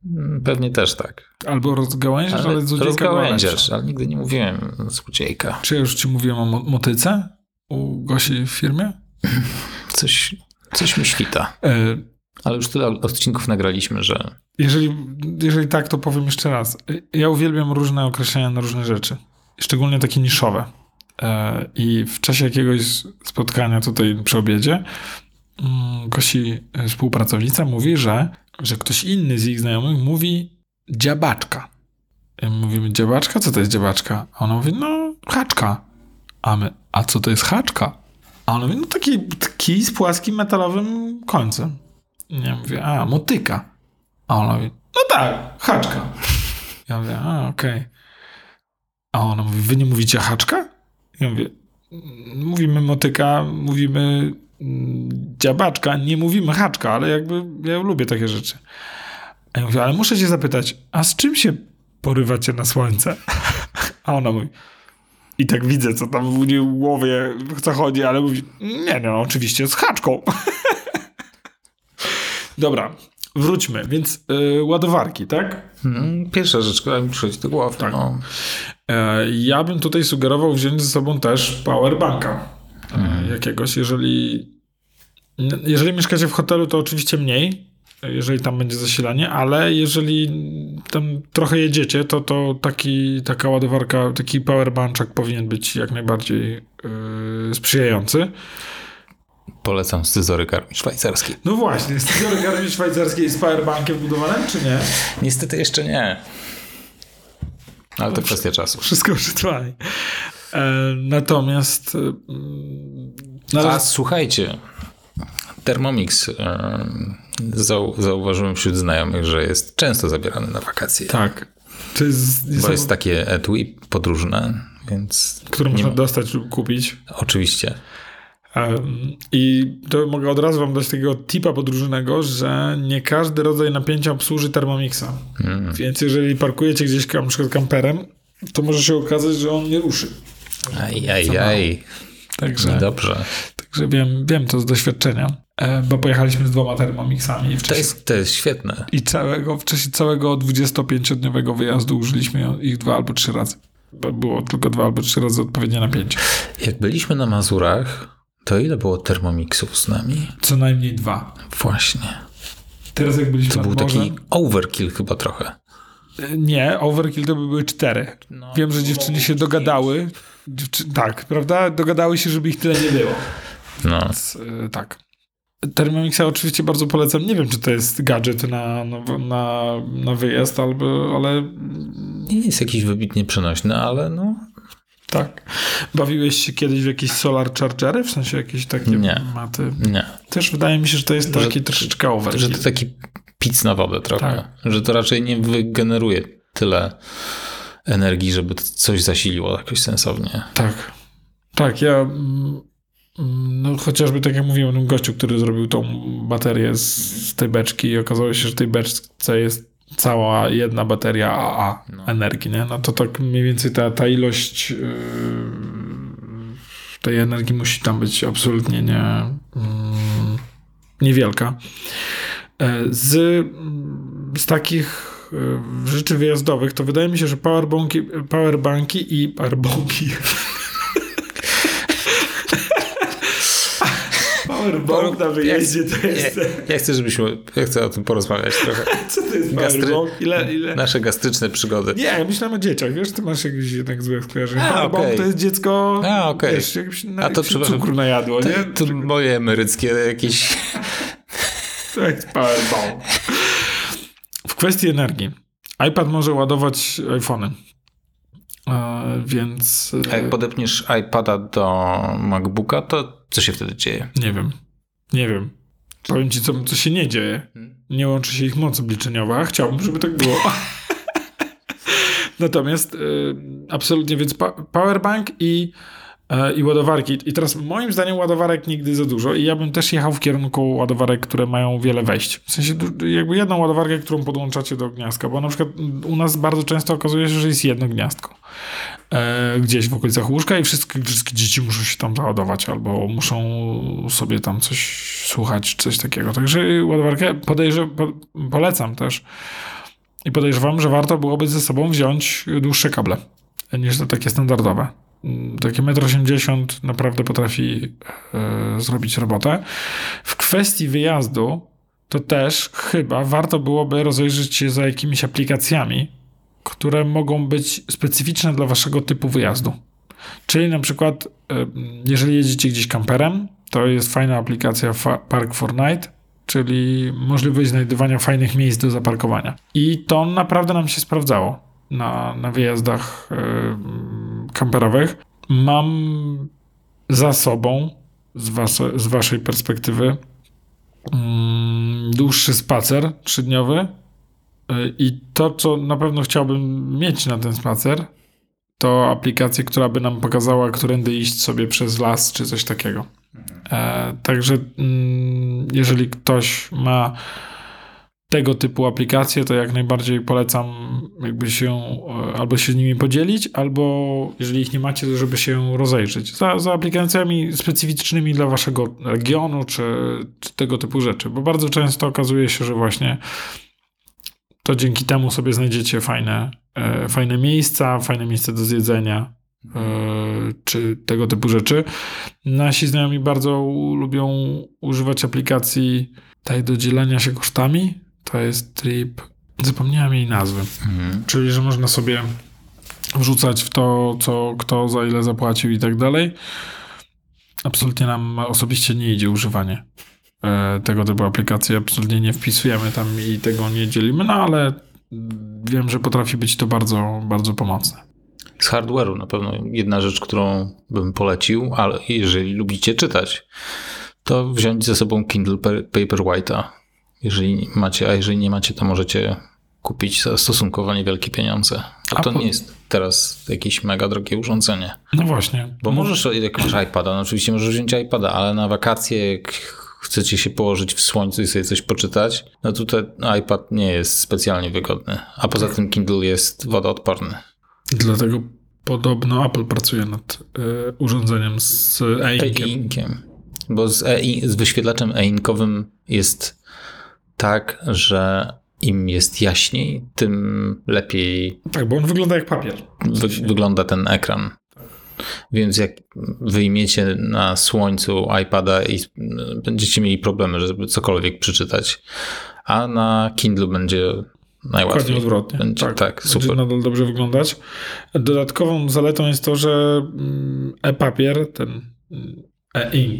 Pewnie też tak. Albo rozgałęziasz, ale złodziejka rozgałęziasz, ale nigdy nie mówiłem złodziejka. Czy ja już ci mówiłem o motyce u Gosi w firmie? Coś mi świta. Ale już tyle odcinków nagraliśmy, że... Jeżeli tak, to powiem jeszcze raz. Ja uwielbiam różne określenia na różne rzeczy. Szczególnie takie niszowe. I w czasie jakiegoś spotkania tutaj przy obiedzie Gosi współpracownica mówi, że ktoś inny z ich znajomych mówi dziabaczka. I mówimy, dziabaczka? Co to jest dziabaczka? A ona mówi, no haczka. A my, a co to jest haczka? A ona mówi, no taki kij z płaskim metalowym końcem. I ja mówię, a motyka. A ona mówi, no tak, haczka. Ja mówię, a okej. A ona mówi, wy nie mówicie haczka? Ja mówię, mówimy motyka, mówimy dziabaczka, nie mówimy haczka, ale jakby ja lubię takie rzeczy. A ja mówię, ale muszę cię zapytać, a z czym się porywacie na słońce? A ona mówi, i tak widzę, co tam w niej głowie co chodzi, ale mówi, nie, no oczywiście z haczką. Dobra, wróćmy. Więc ładowarki, tak? Pierwsza rzecz, która mi przychodzi do głowy. Tak. No. Ja bym tutaj sugerował wziąć ze sobą też powerbanka jakiegoś. Jeżeli mieszkacie w hotelu, to oczywiście mniej, jeżeli tam będzie zasilanie, ale jeżeli tam trochę jedziecie, to taka ładowarka, taki powerbanczak powinien być jak najbardziej sprzyjający. Polecam scyzory garmi szwajcarskie. No właśnie, scyzory garmi szwajcarskie z powerbankiem wbudowanym, czy nie? Niestety jeszcze nie. Ale to kwestia czasu. Wszystko przetrwali. Natomiast... słuchajcie, Thermomix zauważyłem wśród znajomych, że jest często zabierany na wakacje. Tak. Bo jest takie etui podróżne, więc... Które można dostać lub kupić. Oczywiście. I to mogę od razu wam dać takiego tipa podróżnego, że nie każdy rodzaj napięcia obsłuży Thermomixa. Więc jeżeli parkujecie gdzieś na przykład kamperem, to może się okazać, że on nie ruszy. Aj. Także, dobrze. Także wiem to z doświadczenia, bo pojechaliśmy z 2 Thermomixami. To jest świetne. I w czasie całego 25-dniowego wyjazdu użyliśmy ich 2 albo 3 razy. Bo było tylko 2 albo 3 razy odpowiednie napięcie. Jak byliśmy na Mazurach, to ile było Thermomixów z nami? Co najmniej 2. Właśnie. Teraz jak byliśmy to był taki overkill chyba trochę. Nie, overkill to by były 4. Wiem, że dziewczyny się dogadały. Tak, prawda? Dogadały się, żeby ich tyle nie było. No. Więc, tak. Thermomixa oczywiście bardzo polecam. Nie wiem, czy to jest gadżet na wyjazd, ale... Nie jest jakiś wybitnie przenośny, ale no... Tak. Bawiłeś się kiedyś w jakieś solar chargery? W sensie jakieś takie maty? Nie. Też wydaje mi się, że to jest taki troszeczkę overkill. Że to taki pic na wodę trochę. Tak. Że to raczej nie wygeneruje tyle energii, żeby coś zasiliło jakoś sensownie. Tak. Tak, ja... No chociażby tak jak mówiłem o tym gościu, który zrobił tą baterię z tej beczki i okazało się, że w tej beczce jest cała jedna bateria AA energii, nie? No to tak mniej więcej ta ilość tej energii musi tam być absolutnie niewielka. Z takich rzeczy wyjazdowych to wydaje mi się, że powerbanki i powerbank na wyjeździe to jest... Ja chcę o tym porozmawiać trochę. Co to jest powerbank? Ile? Nasze gastryczne przygody. Nie, ja myślałem o dzieciach, wiesz, ty masz jakieś jednak złe skojarzenie. Powerbank to jest dziecko, wiesz, jakbyś cukru najadło, nie? To moje emeryckie jakieś... To jest powerbank. W kwestii energii. iPad może ładować iPhony. Więc... A jak podepniesz iPada do MacBooka, to co się wtedy dzieje? Nie wiem. Powiem ci, co się nie dzieje. Nie łączy się ich moc obliczeniowa. Chciałbym, żeby tak było. Natomiast absolutnie, więc powerbank i ładowarki. I teraz moim zdaniem ładowarek nigdy za dużo i ja bym też jechał w kierunku ładowarek, które mają wiele wejść. W sensie jakby jedną ładowarkę, którą podłączacie do gniazdka, bo na przykład u nas bardzo często okazuje się, że jest jedno gniazdko gdzieś w okolicach łóżka i wszystkie dzieci muszą się tam załadować albo muszą sobie tam coś słuchać, coś takiego. Także ładowarkę polecam też. I podejrzewam, że warto byłoby ze sobą wziąć dłuższe kable niż te takie standardowe. Takie 1,80 m naprawdę potrafi zrobić robotę. W kwestii wyjazdu to też chyba warto byłoby rozejrzeć się za jakimiś aplikacjami, które mogą być specyficzne dla waszego typu wyjazdu. Czyli na przykład, jeżeli jedziecie gdzieś kamperem, to jest fajna aplikacja Park4Night, czyli możliwość znajdywania fajnych miejsc do zaparkowania. I to naprawdę nam się sprawdzało na wyjazdach kamperowych. Mam za sobą, z waszej perspektywy, dłuższy spacer 3-dniowy i to, co na pewno chciałbym mieć na ten spacer, to aplikację, która by nam pokazała, którędy iść sobie przez las, czy coś takiego. Także jeżeli ktoś ma tego typu aplikacje, to jak najbardziej polecam jakby się albo się z nimi podzielić, albo jeżeli ich nie macie, to żeby się rozejrzeć za aplikacjami specyficznymi dla waszego regionu, czy tego typu rzeczy, bo bardzo często okazuje się, że właśnie to dzięki temu sobie znajdziecie fajne miejsca do zjedzenia, czy tego typu rzeczy. Nasi znajomi bardzo lubią używać aplikacji tej do dzielenia się kosztami. To jest Trip, zapomniałem jej nazwy. Czyli, że można sobie wrzucać w to, co kto za ile zapłacił i tak dalej. Absolutnie nam osobiście nie idzie używanie tego typu aplikacji. Absolutnie nie wpisujemy tam i tego nie dzielimy, no ale wiem, że potrafi być to bardzo, bardzo pomocne. Z hardware'u na pewno jedna rzecz, którą bym polecił, ale jeżeli lubicie czytać, to wziąć ze sobą Kindle Paperwhite'a. Jeżeli macie, a jeżeli nie macie, to możecie kupić za stosunkowo niewielkie pieniądze. A to nie jest teraz jakieś mega drogie urządzenie. No właśnie. Bo możesz, jak masz iPada, no oczywiście możesz wziąć iPada, ale na wakacje, jak chcecie się położyć w słońcu i sobie coś poczytać, no tutaj iPad nie jest specjalnie wygodny. A poza tym Kindle jest wodoodporny. Dlatego podobno Apple pracuje nad urządzeniem z e-inkiem. Bo z wyświetlaczem e-inkowym jest tak, że im jest jaśniej, tym lepiej. Tak, bo on wygląda jak papier. Wygląda ten ekran. Więc jak wyjmiecie na słońcu iPada i będziecie mieli problemy, żeby cokolwiek przeczytać, a na Kindle będzie najłatwiej. Dokładnie odwrotnie. Będzie, tak, super. Będzie nadal dobrze wyglądać. Dodatkową zaletą jest to, że e-papier, ten e-ink,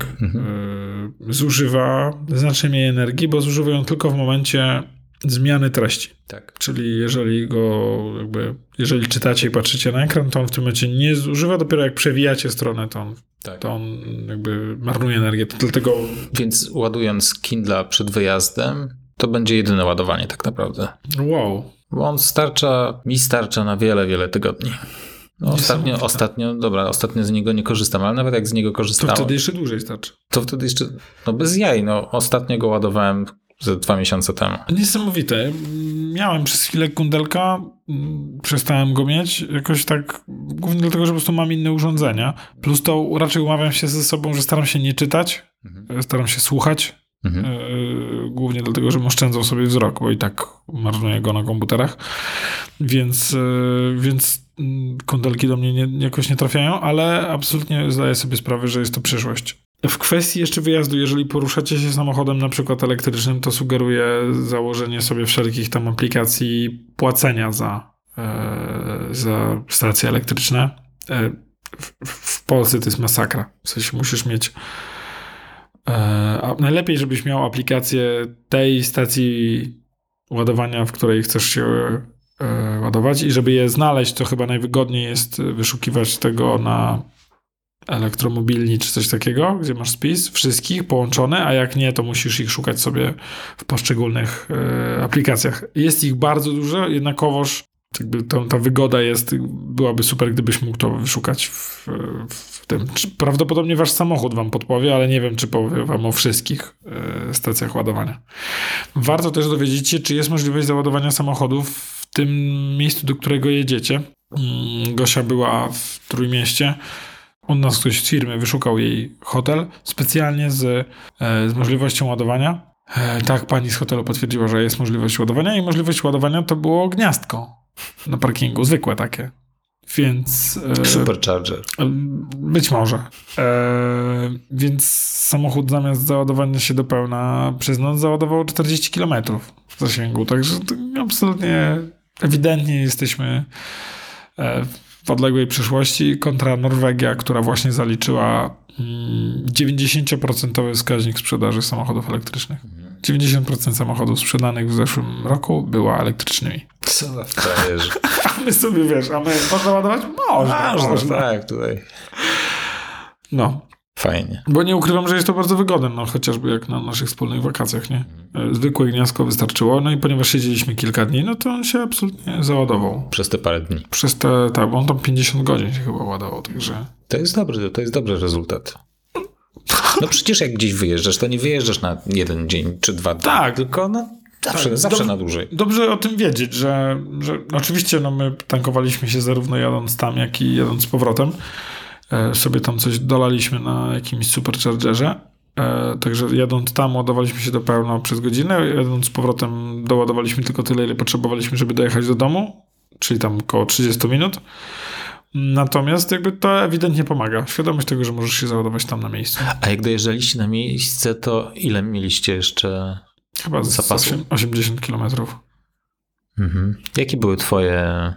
zużywa znacznie mniej energii, bo zużywa ją tylko w momencie zmiany treści. Tak. Czyli jeżeli czytacie i patrzycie na ekran, to on w tym momencie nie zużywa, dopiero jak przewijacie stronę, to on jakby marnuje energię. To dlatego... Więc ładując Kindla przed wyjazdem, to będzie jedyne ładowanie tak naprawdę. Wow. Bo on mi starcza na wiele, wiele tygodni. No ostatnio z niego nie korzystam, ale nawet jak z niego korzystałem... To wtedy jeszcze dłużej starczy. To wtedy jeszcze, bez jaj, ostatnio go ładowałem ze 2 miesiące temu. Niesamowite. Miałem przez chwilę kundelka, przestałem go mieć, jakoś tak, głównie dlatego, że po prostu mam inne urządzenia. Plus to raczej umawiam się ze sobą, że staram się nie czytać, staram się słuchać. Głównie dlatego, że oszczędzał sobie wzrok, bo i tak marnuję go na komputerach. Więc kundelki do mnie jakoś nie trafiają, ale absolutnie zdaję sobie sprawę, że jest to przyszłość. W kwestii jeszcze wyjazdu, jeżeli poruszacie się samochodem na przykład elektrycznym, to sugeruję założenie sobie wszelkich tam aplikacji płacenia za stacje elektryczne. W Polsce to jest masakra. W sensie musisz mieć najlepiej, żebyś miał aplikację tej stacji ładowania, w której chcesz się ładować i żeby je znaleźć, to chyba najwygodniej jest wyszukiwać tego na elektromobilni czy coś takiego, gdzie masz spis wszystkich połączone, a jak nie, to musisz ich szukać sobie w poszczególnych aplikacjach. Jest ich bardzo dużo, jednakowoż jakby ta wygoda byłaby super, gdybyś mógł to wyszukać w tym. Prawdopodobnie wasz samochód wam podpowie, ale nie wiem, czy powie wam o wszystkich stacjach ładowania. Warto też dowiedzieć się, czy jest możliwość załadowania samochodów w tym miejscu, do którego jedziecie. Gosia była w Trójmieście. U nas ktoś z firmy wyszukał jej hotel specjalnie z możliwością ładowania. Tak, pani z hotelu potwierdziła, że jest możliwość ładowania i możliwość ładowania to było gniazdko na parkingu, zwykłe takie. Więc... Supercharger. Być może. Więc samochód zamiast załadowania się do pełna przez noc załadował 40 km zasięgu. Także absolutnie ewidentnie jesteśmy w odległej przyszłości kontra Norwegia, która właśnie zaliczyła 90% wskaźnik sprzedaży samochodów elektrycznych. 90% samochodów sprzedanych w zeszłym roku była elektrycznymi. Co za frajerzy. A my sobie, wiesz, można ładować? Można. Tak, tutaj. No. Fajnie. Bo nie ukrywam, że jest to bardzo wygodne, no chociażby jak na naszych wspólnych wakacjach, nie? Zwykłe gniazdko wystarczyło, no i ponieważ siedzieliśmy kilka dni, no to on się absolutnie załadował. Przez te parę dni. Tak, bo on tam 50 godzin się chyba ładował, także... To jest dobry rezultat. No przecież jak gdzieś wyjeżdżasz, to nie wyjeżdżasz na 1 dzień czy 2 dni. Tak. Tylko zawsze na dłużej. Dobrze o tym wiedzieć, że oczywiście my tankowaliśmy się zarówno jadąc tam, jak i jadąc z powrotem. Sobie tam coś dolaliśmy na jakimś superchargerze. Także jadąc tam ładowaliśmy się do pełna przez godzinę, jadąc z powrotem doładowaliśmy tylko tyle, ile potrzebowaliśmy, żeby dojechać do domu, czyli tam około 30 minut. Natomiast jakby to ewidentnie pomaga. Świadomość tego, że możesz się załadować tam na miejscu. A jak dojeżdżaliście na miejsce, to ile mieliście jeszcze chyba zapasu? 80 kilometrów. Jakie były twoje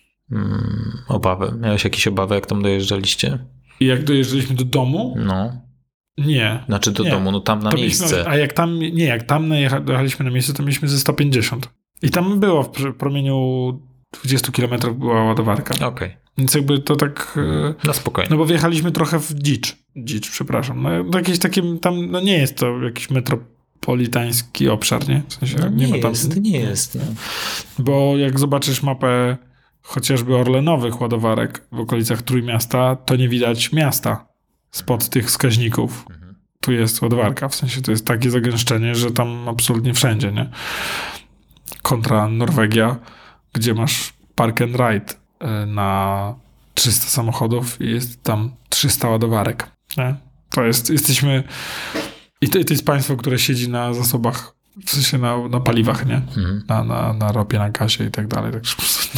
obawy? Miałeś jakieś obawy, jak tam dojeżdżaliście? I jak dojeżdżaliśmy do domu? No. Nie. Znaczy do domu, no tam na to miejsce. A jak tam dojechaliśmy na miejsce, to mieliśmy ze 150. I tam było w promieniu 20 kilometrów była ładowarka. Okej. Więc jakby to tak... No spokojnie. No bo wjechaliśmy trochę w dzicz, przepraszam. No jakieś takie tam, no nie jest to jakiś metropolitański obszar, nie? W sensie No nie jest. No. Bo jak zobaczysz mapę chociażby orlenowych ładowarek w okolicach Trójmiasta, to nie widać miasta spod tych wskaźników. Tu jest ładowarka, w sensie to jest takie zagęszczenie, że tam absolutnie wszędzie, nie? Kontra Norwegia, gdzie masz park and ride na 300 samochodów i jest tam 300 ładowarek. Nie? Jesteśmy... I to jest państwo, które siedzi na zasobach, w sensie na paliwach, nie? Na ropie, na gazie i tak dalej. Także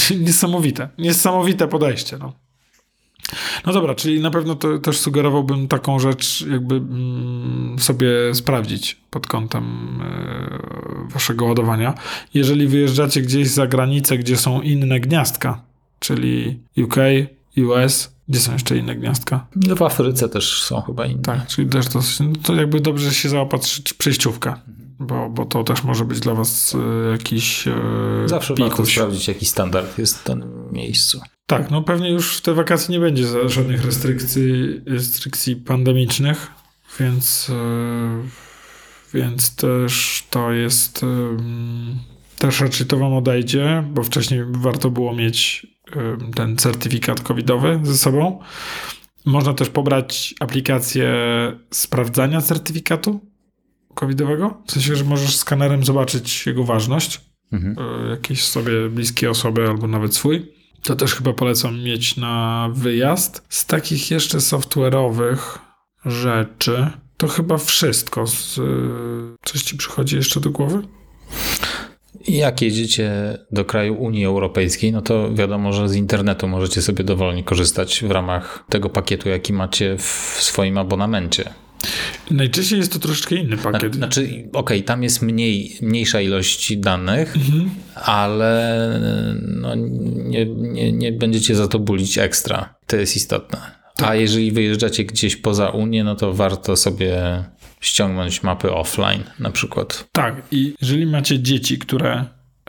niesamowite podejście, no. No dobra, czyli na pewno to też sugerowałbym taką rzecz jakby sobie sprawdzić pod kątem waszego ładowania. Jeżeli wyjeżdżacie gdzieś za granicę, gdzie są inne gniazdka, czyli UK, US, gdzie są jeszcze inne gniazdka? No w Afryce też są chyba inne. Tak, czyli też to jakby dobrze się zaopatrzyć przejściówkę, bo to też może być dla was jakiś zawsze warto sprawdzić, jaki standard jest w danym miejscu. Tak, no pewnie już w te wakacje nie będzie żadnych restrykcji pandemicznych, więc też to jest też raczej to wam odejdzie, bo wcześniej warto było mieć ten certyfikat covidowy ze sobą. Można też pobrać aplikację sprawdzania certyfikatu covidowego, w sensie, że możesz skanerem zobaczyć jego ważność, jakieś sobie bliskie osoby albo nawet swój. To też chyba polecam mieć na wyjazd. Z takich jeszcze software'owych rzeczy to chyba wszystko. Coś ci przychodzi jeszcze do głowy? Jak jedziecie do kraju Unii Europejskiej, no to wiadomo, że z internetu możecie sobie dowolnie korzystać w ramach tego pakietu, jaki macie w swoim abonamencie. Najczęściej jest to troszeczkę inny pakiet. Znaczy, tam jest mniejsza ilość danych, ale no, nie będziecie za to bulić ekstra. To jest istotne. Tak. A jeżeli wyjeżdżacie gdzieś poza Unię, no to warto sobie ściągnąć mapy offline na przykład. Tak, i jeżeli macie dzieci, które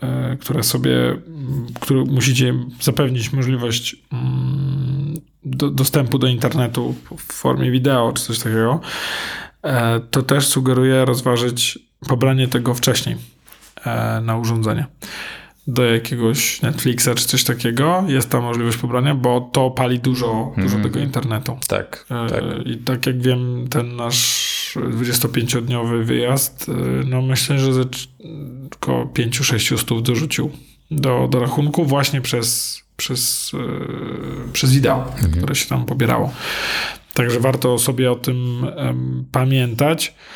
musicie zapewnić możliwość dostępu do internetu w formie wideo czy coś takiego, to też sugeruję rozważyć pobranie tego wcześniej na urządzenie. Do jakiegoś Netflixa czy coś takiego jest ta możliwość pobrania, bo to pali dużo tego internetu. Tak, tak. I tak jak wiem, ten nasz 25-dniowy wyjazd, no myślę, że około 5-6 stów dorzucił do rachunku właśnie przez wideo, które się tam pobierało. Także warto sobie o tym pamiętać.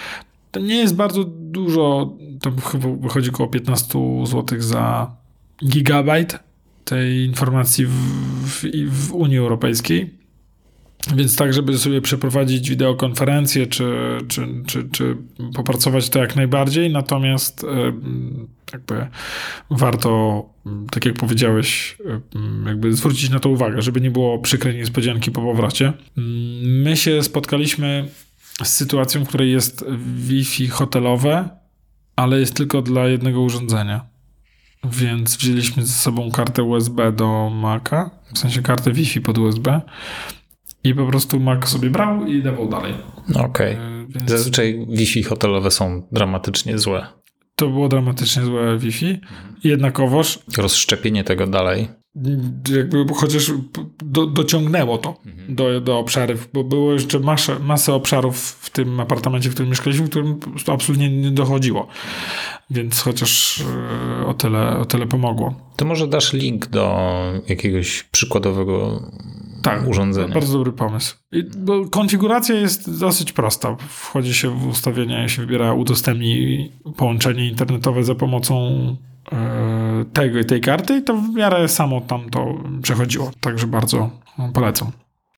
To nie jest bardzo dużo, to chyba wychodzi około 15 zł za gigabajt tej informacji w Unii Europejskiej. Więc tak, żeby sobie przeprowadzić wideokonferencję, czy popracować, to jak najbardziej. Natomiast jakby warto, tak jak powiedziałeś, jakby zwrócić na to uwagę, żeby nie było przykrej niespodzianki po powrocie. My się spotkaliśmy z sytuacją, w której jest Wi-Fi hotelowe, ale jest tylko dla jednego urządzenia. Więc wzięliśmy ze sobą kartę USB do Maca, w sensie kartę Wi-Fi pod USB. I po prostu Mac sobie brał i dawał dalej. Okej. Więc Zazwyczaj Wi-Fi hotelowe są dramatycznie złe. to było dramatycznie złe Wi-Fi. Jednakowoż Rozszczepienie tego dalej. jakby chociaż dociągnęło to do obszarów, bo było jeszcze masę obszarów w tym apartamencie, w którym mieszkaliśmy, w którym po prostu absolutnie nie dochodziło. Więc chociaż o tyle pomogło. To może dasz link do jakiegoś przykładowego urządzenia. Bardzo dobry pomysł. Bo konfiguracja jest dosyć prosta. Wchodzi się w ustawienia i się wybiera udostępnij połączenie internetowe za pomocą tej karty i to w miarę samo tam to przechodziło. Także bardzo polecam.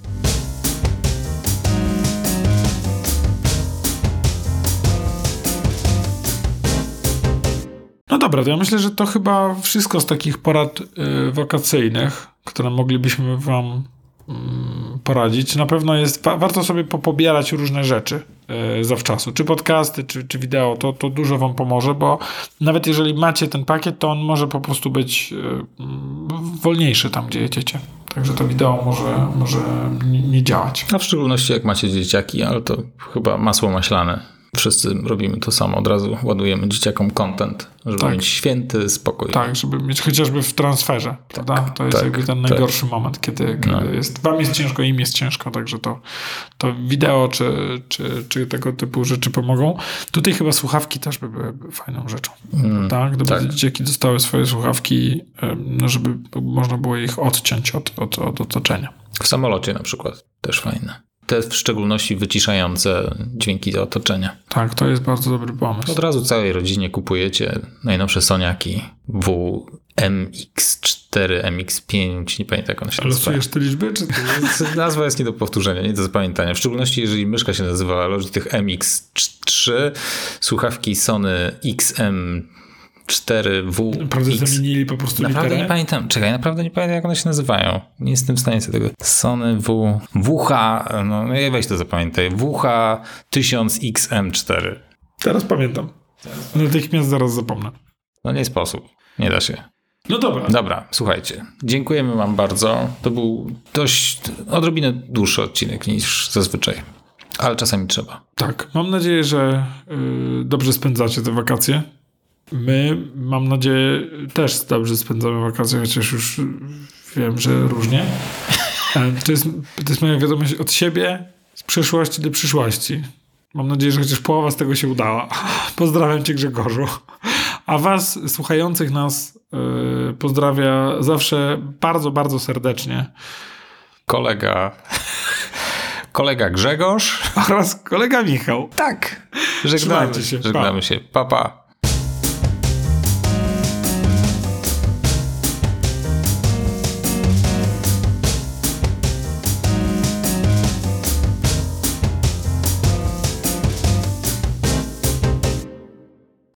No dobra, to ja myślę, że to chyba wszystko z takich porad wakacyjnych, które moglibyśmy wam poradzić. Na pewno jest, warto sobie pobierać różne rzeczy zawczasu. Czy podcasty, czy wideo, to dużo wam pomoże, bo nawet jeżeli macie ten pakiet, to on może po prostu być wolniejszy tam, gdzie jedziecie. Także to wideo może nie działać. A w szczególności jak macie dzieciaki, ale to chyba masło maślane. Wszyscy robimy to samo. Od razu ładujemy dzieciakom content, żeby mieć święty spokój. Tak, żeby mieć chociażby w transferze. Prawda? To jest jakby ten najgorszy moment, kiedy jest, wam jest ciężko, im jest ciężko. Także to wideo czy tego typu rzeczy pomogą. Tutaj chyba słuchawki też by były fajną rzeczą. Tak? Gdyby dzieciaki dostały swoje słuchawki, żeby można było ich odciąć od otoczenia. W samolocie na przykład też fajne. Te w szczególności wyciszające dźwięki z otoczenia. Tak, to jest bardzo dobry pomysł. Od razu całej rodzinie kupujecie najnowsze Soniaki MX4, MX5, nie pamiętam jak one się nazywa. Losujesz te liczby? Czy to jest... Nazwa jest nie do powtórzenia, nie do zapamiętania. W szczególności jeżeli myszka się nazywa Logitech MX3, słuchawki Sony XM4W. Naprawdę zamienili po prostu Naprawdę literę? nie pamiętam. Czekaj, naprawdę nie pamiętam jak one się nazywają. Nie jestem w stanie sobie tego... Sony WH, no weź to zapamiętaj. WH1000XM4. Teraz pamiętam. Natychmiast zaraz zapomnę. No nie sposób. Nie da się. No dobra. Dobra, słuchajcie. Dziękujemy wam bardzo. To był dość odrobinę dłuższy odcinek niż zazwyczaj. Ale czasami trzeba. Tak. Mam nadzieję, że dobrze spędzacie te wakacje. My, mam nadzieję, też dobrze spędzamy wakacje, chociaż już wiem, że różnie. To jest moja wiadomość od siebie, z przeszłości do przyszłości. Mam nadzieję, że chociaż połowa z tego się udała. Pozdrawiam cię, Grzegorzu. A was, słuchających nas, pozdrawia zawsze bardzo, bardzo serdecznie kolega Grzegorz oraz kolega Michał. Tak. Trzymajcie się. Żegnamy się. Pa, pa.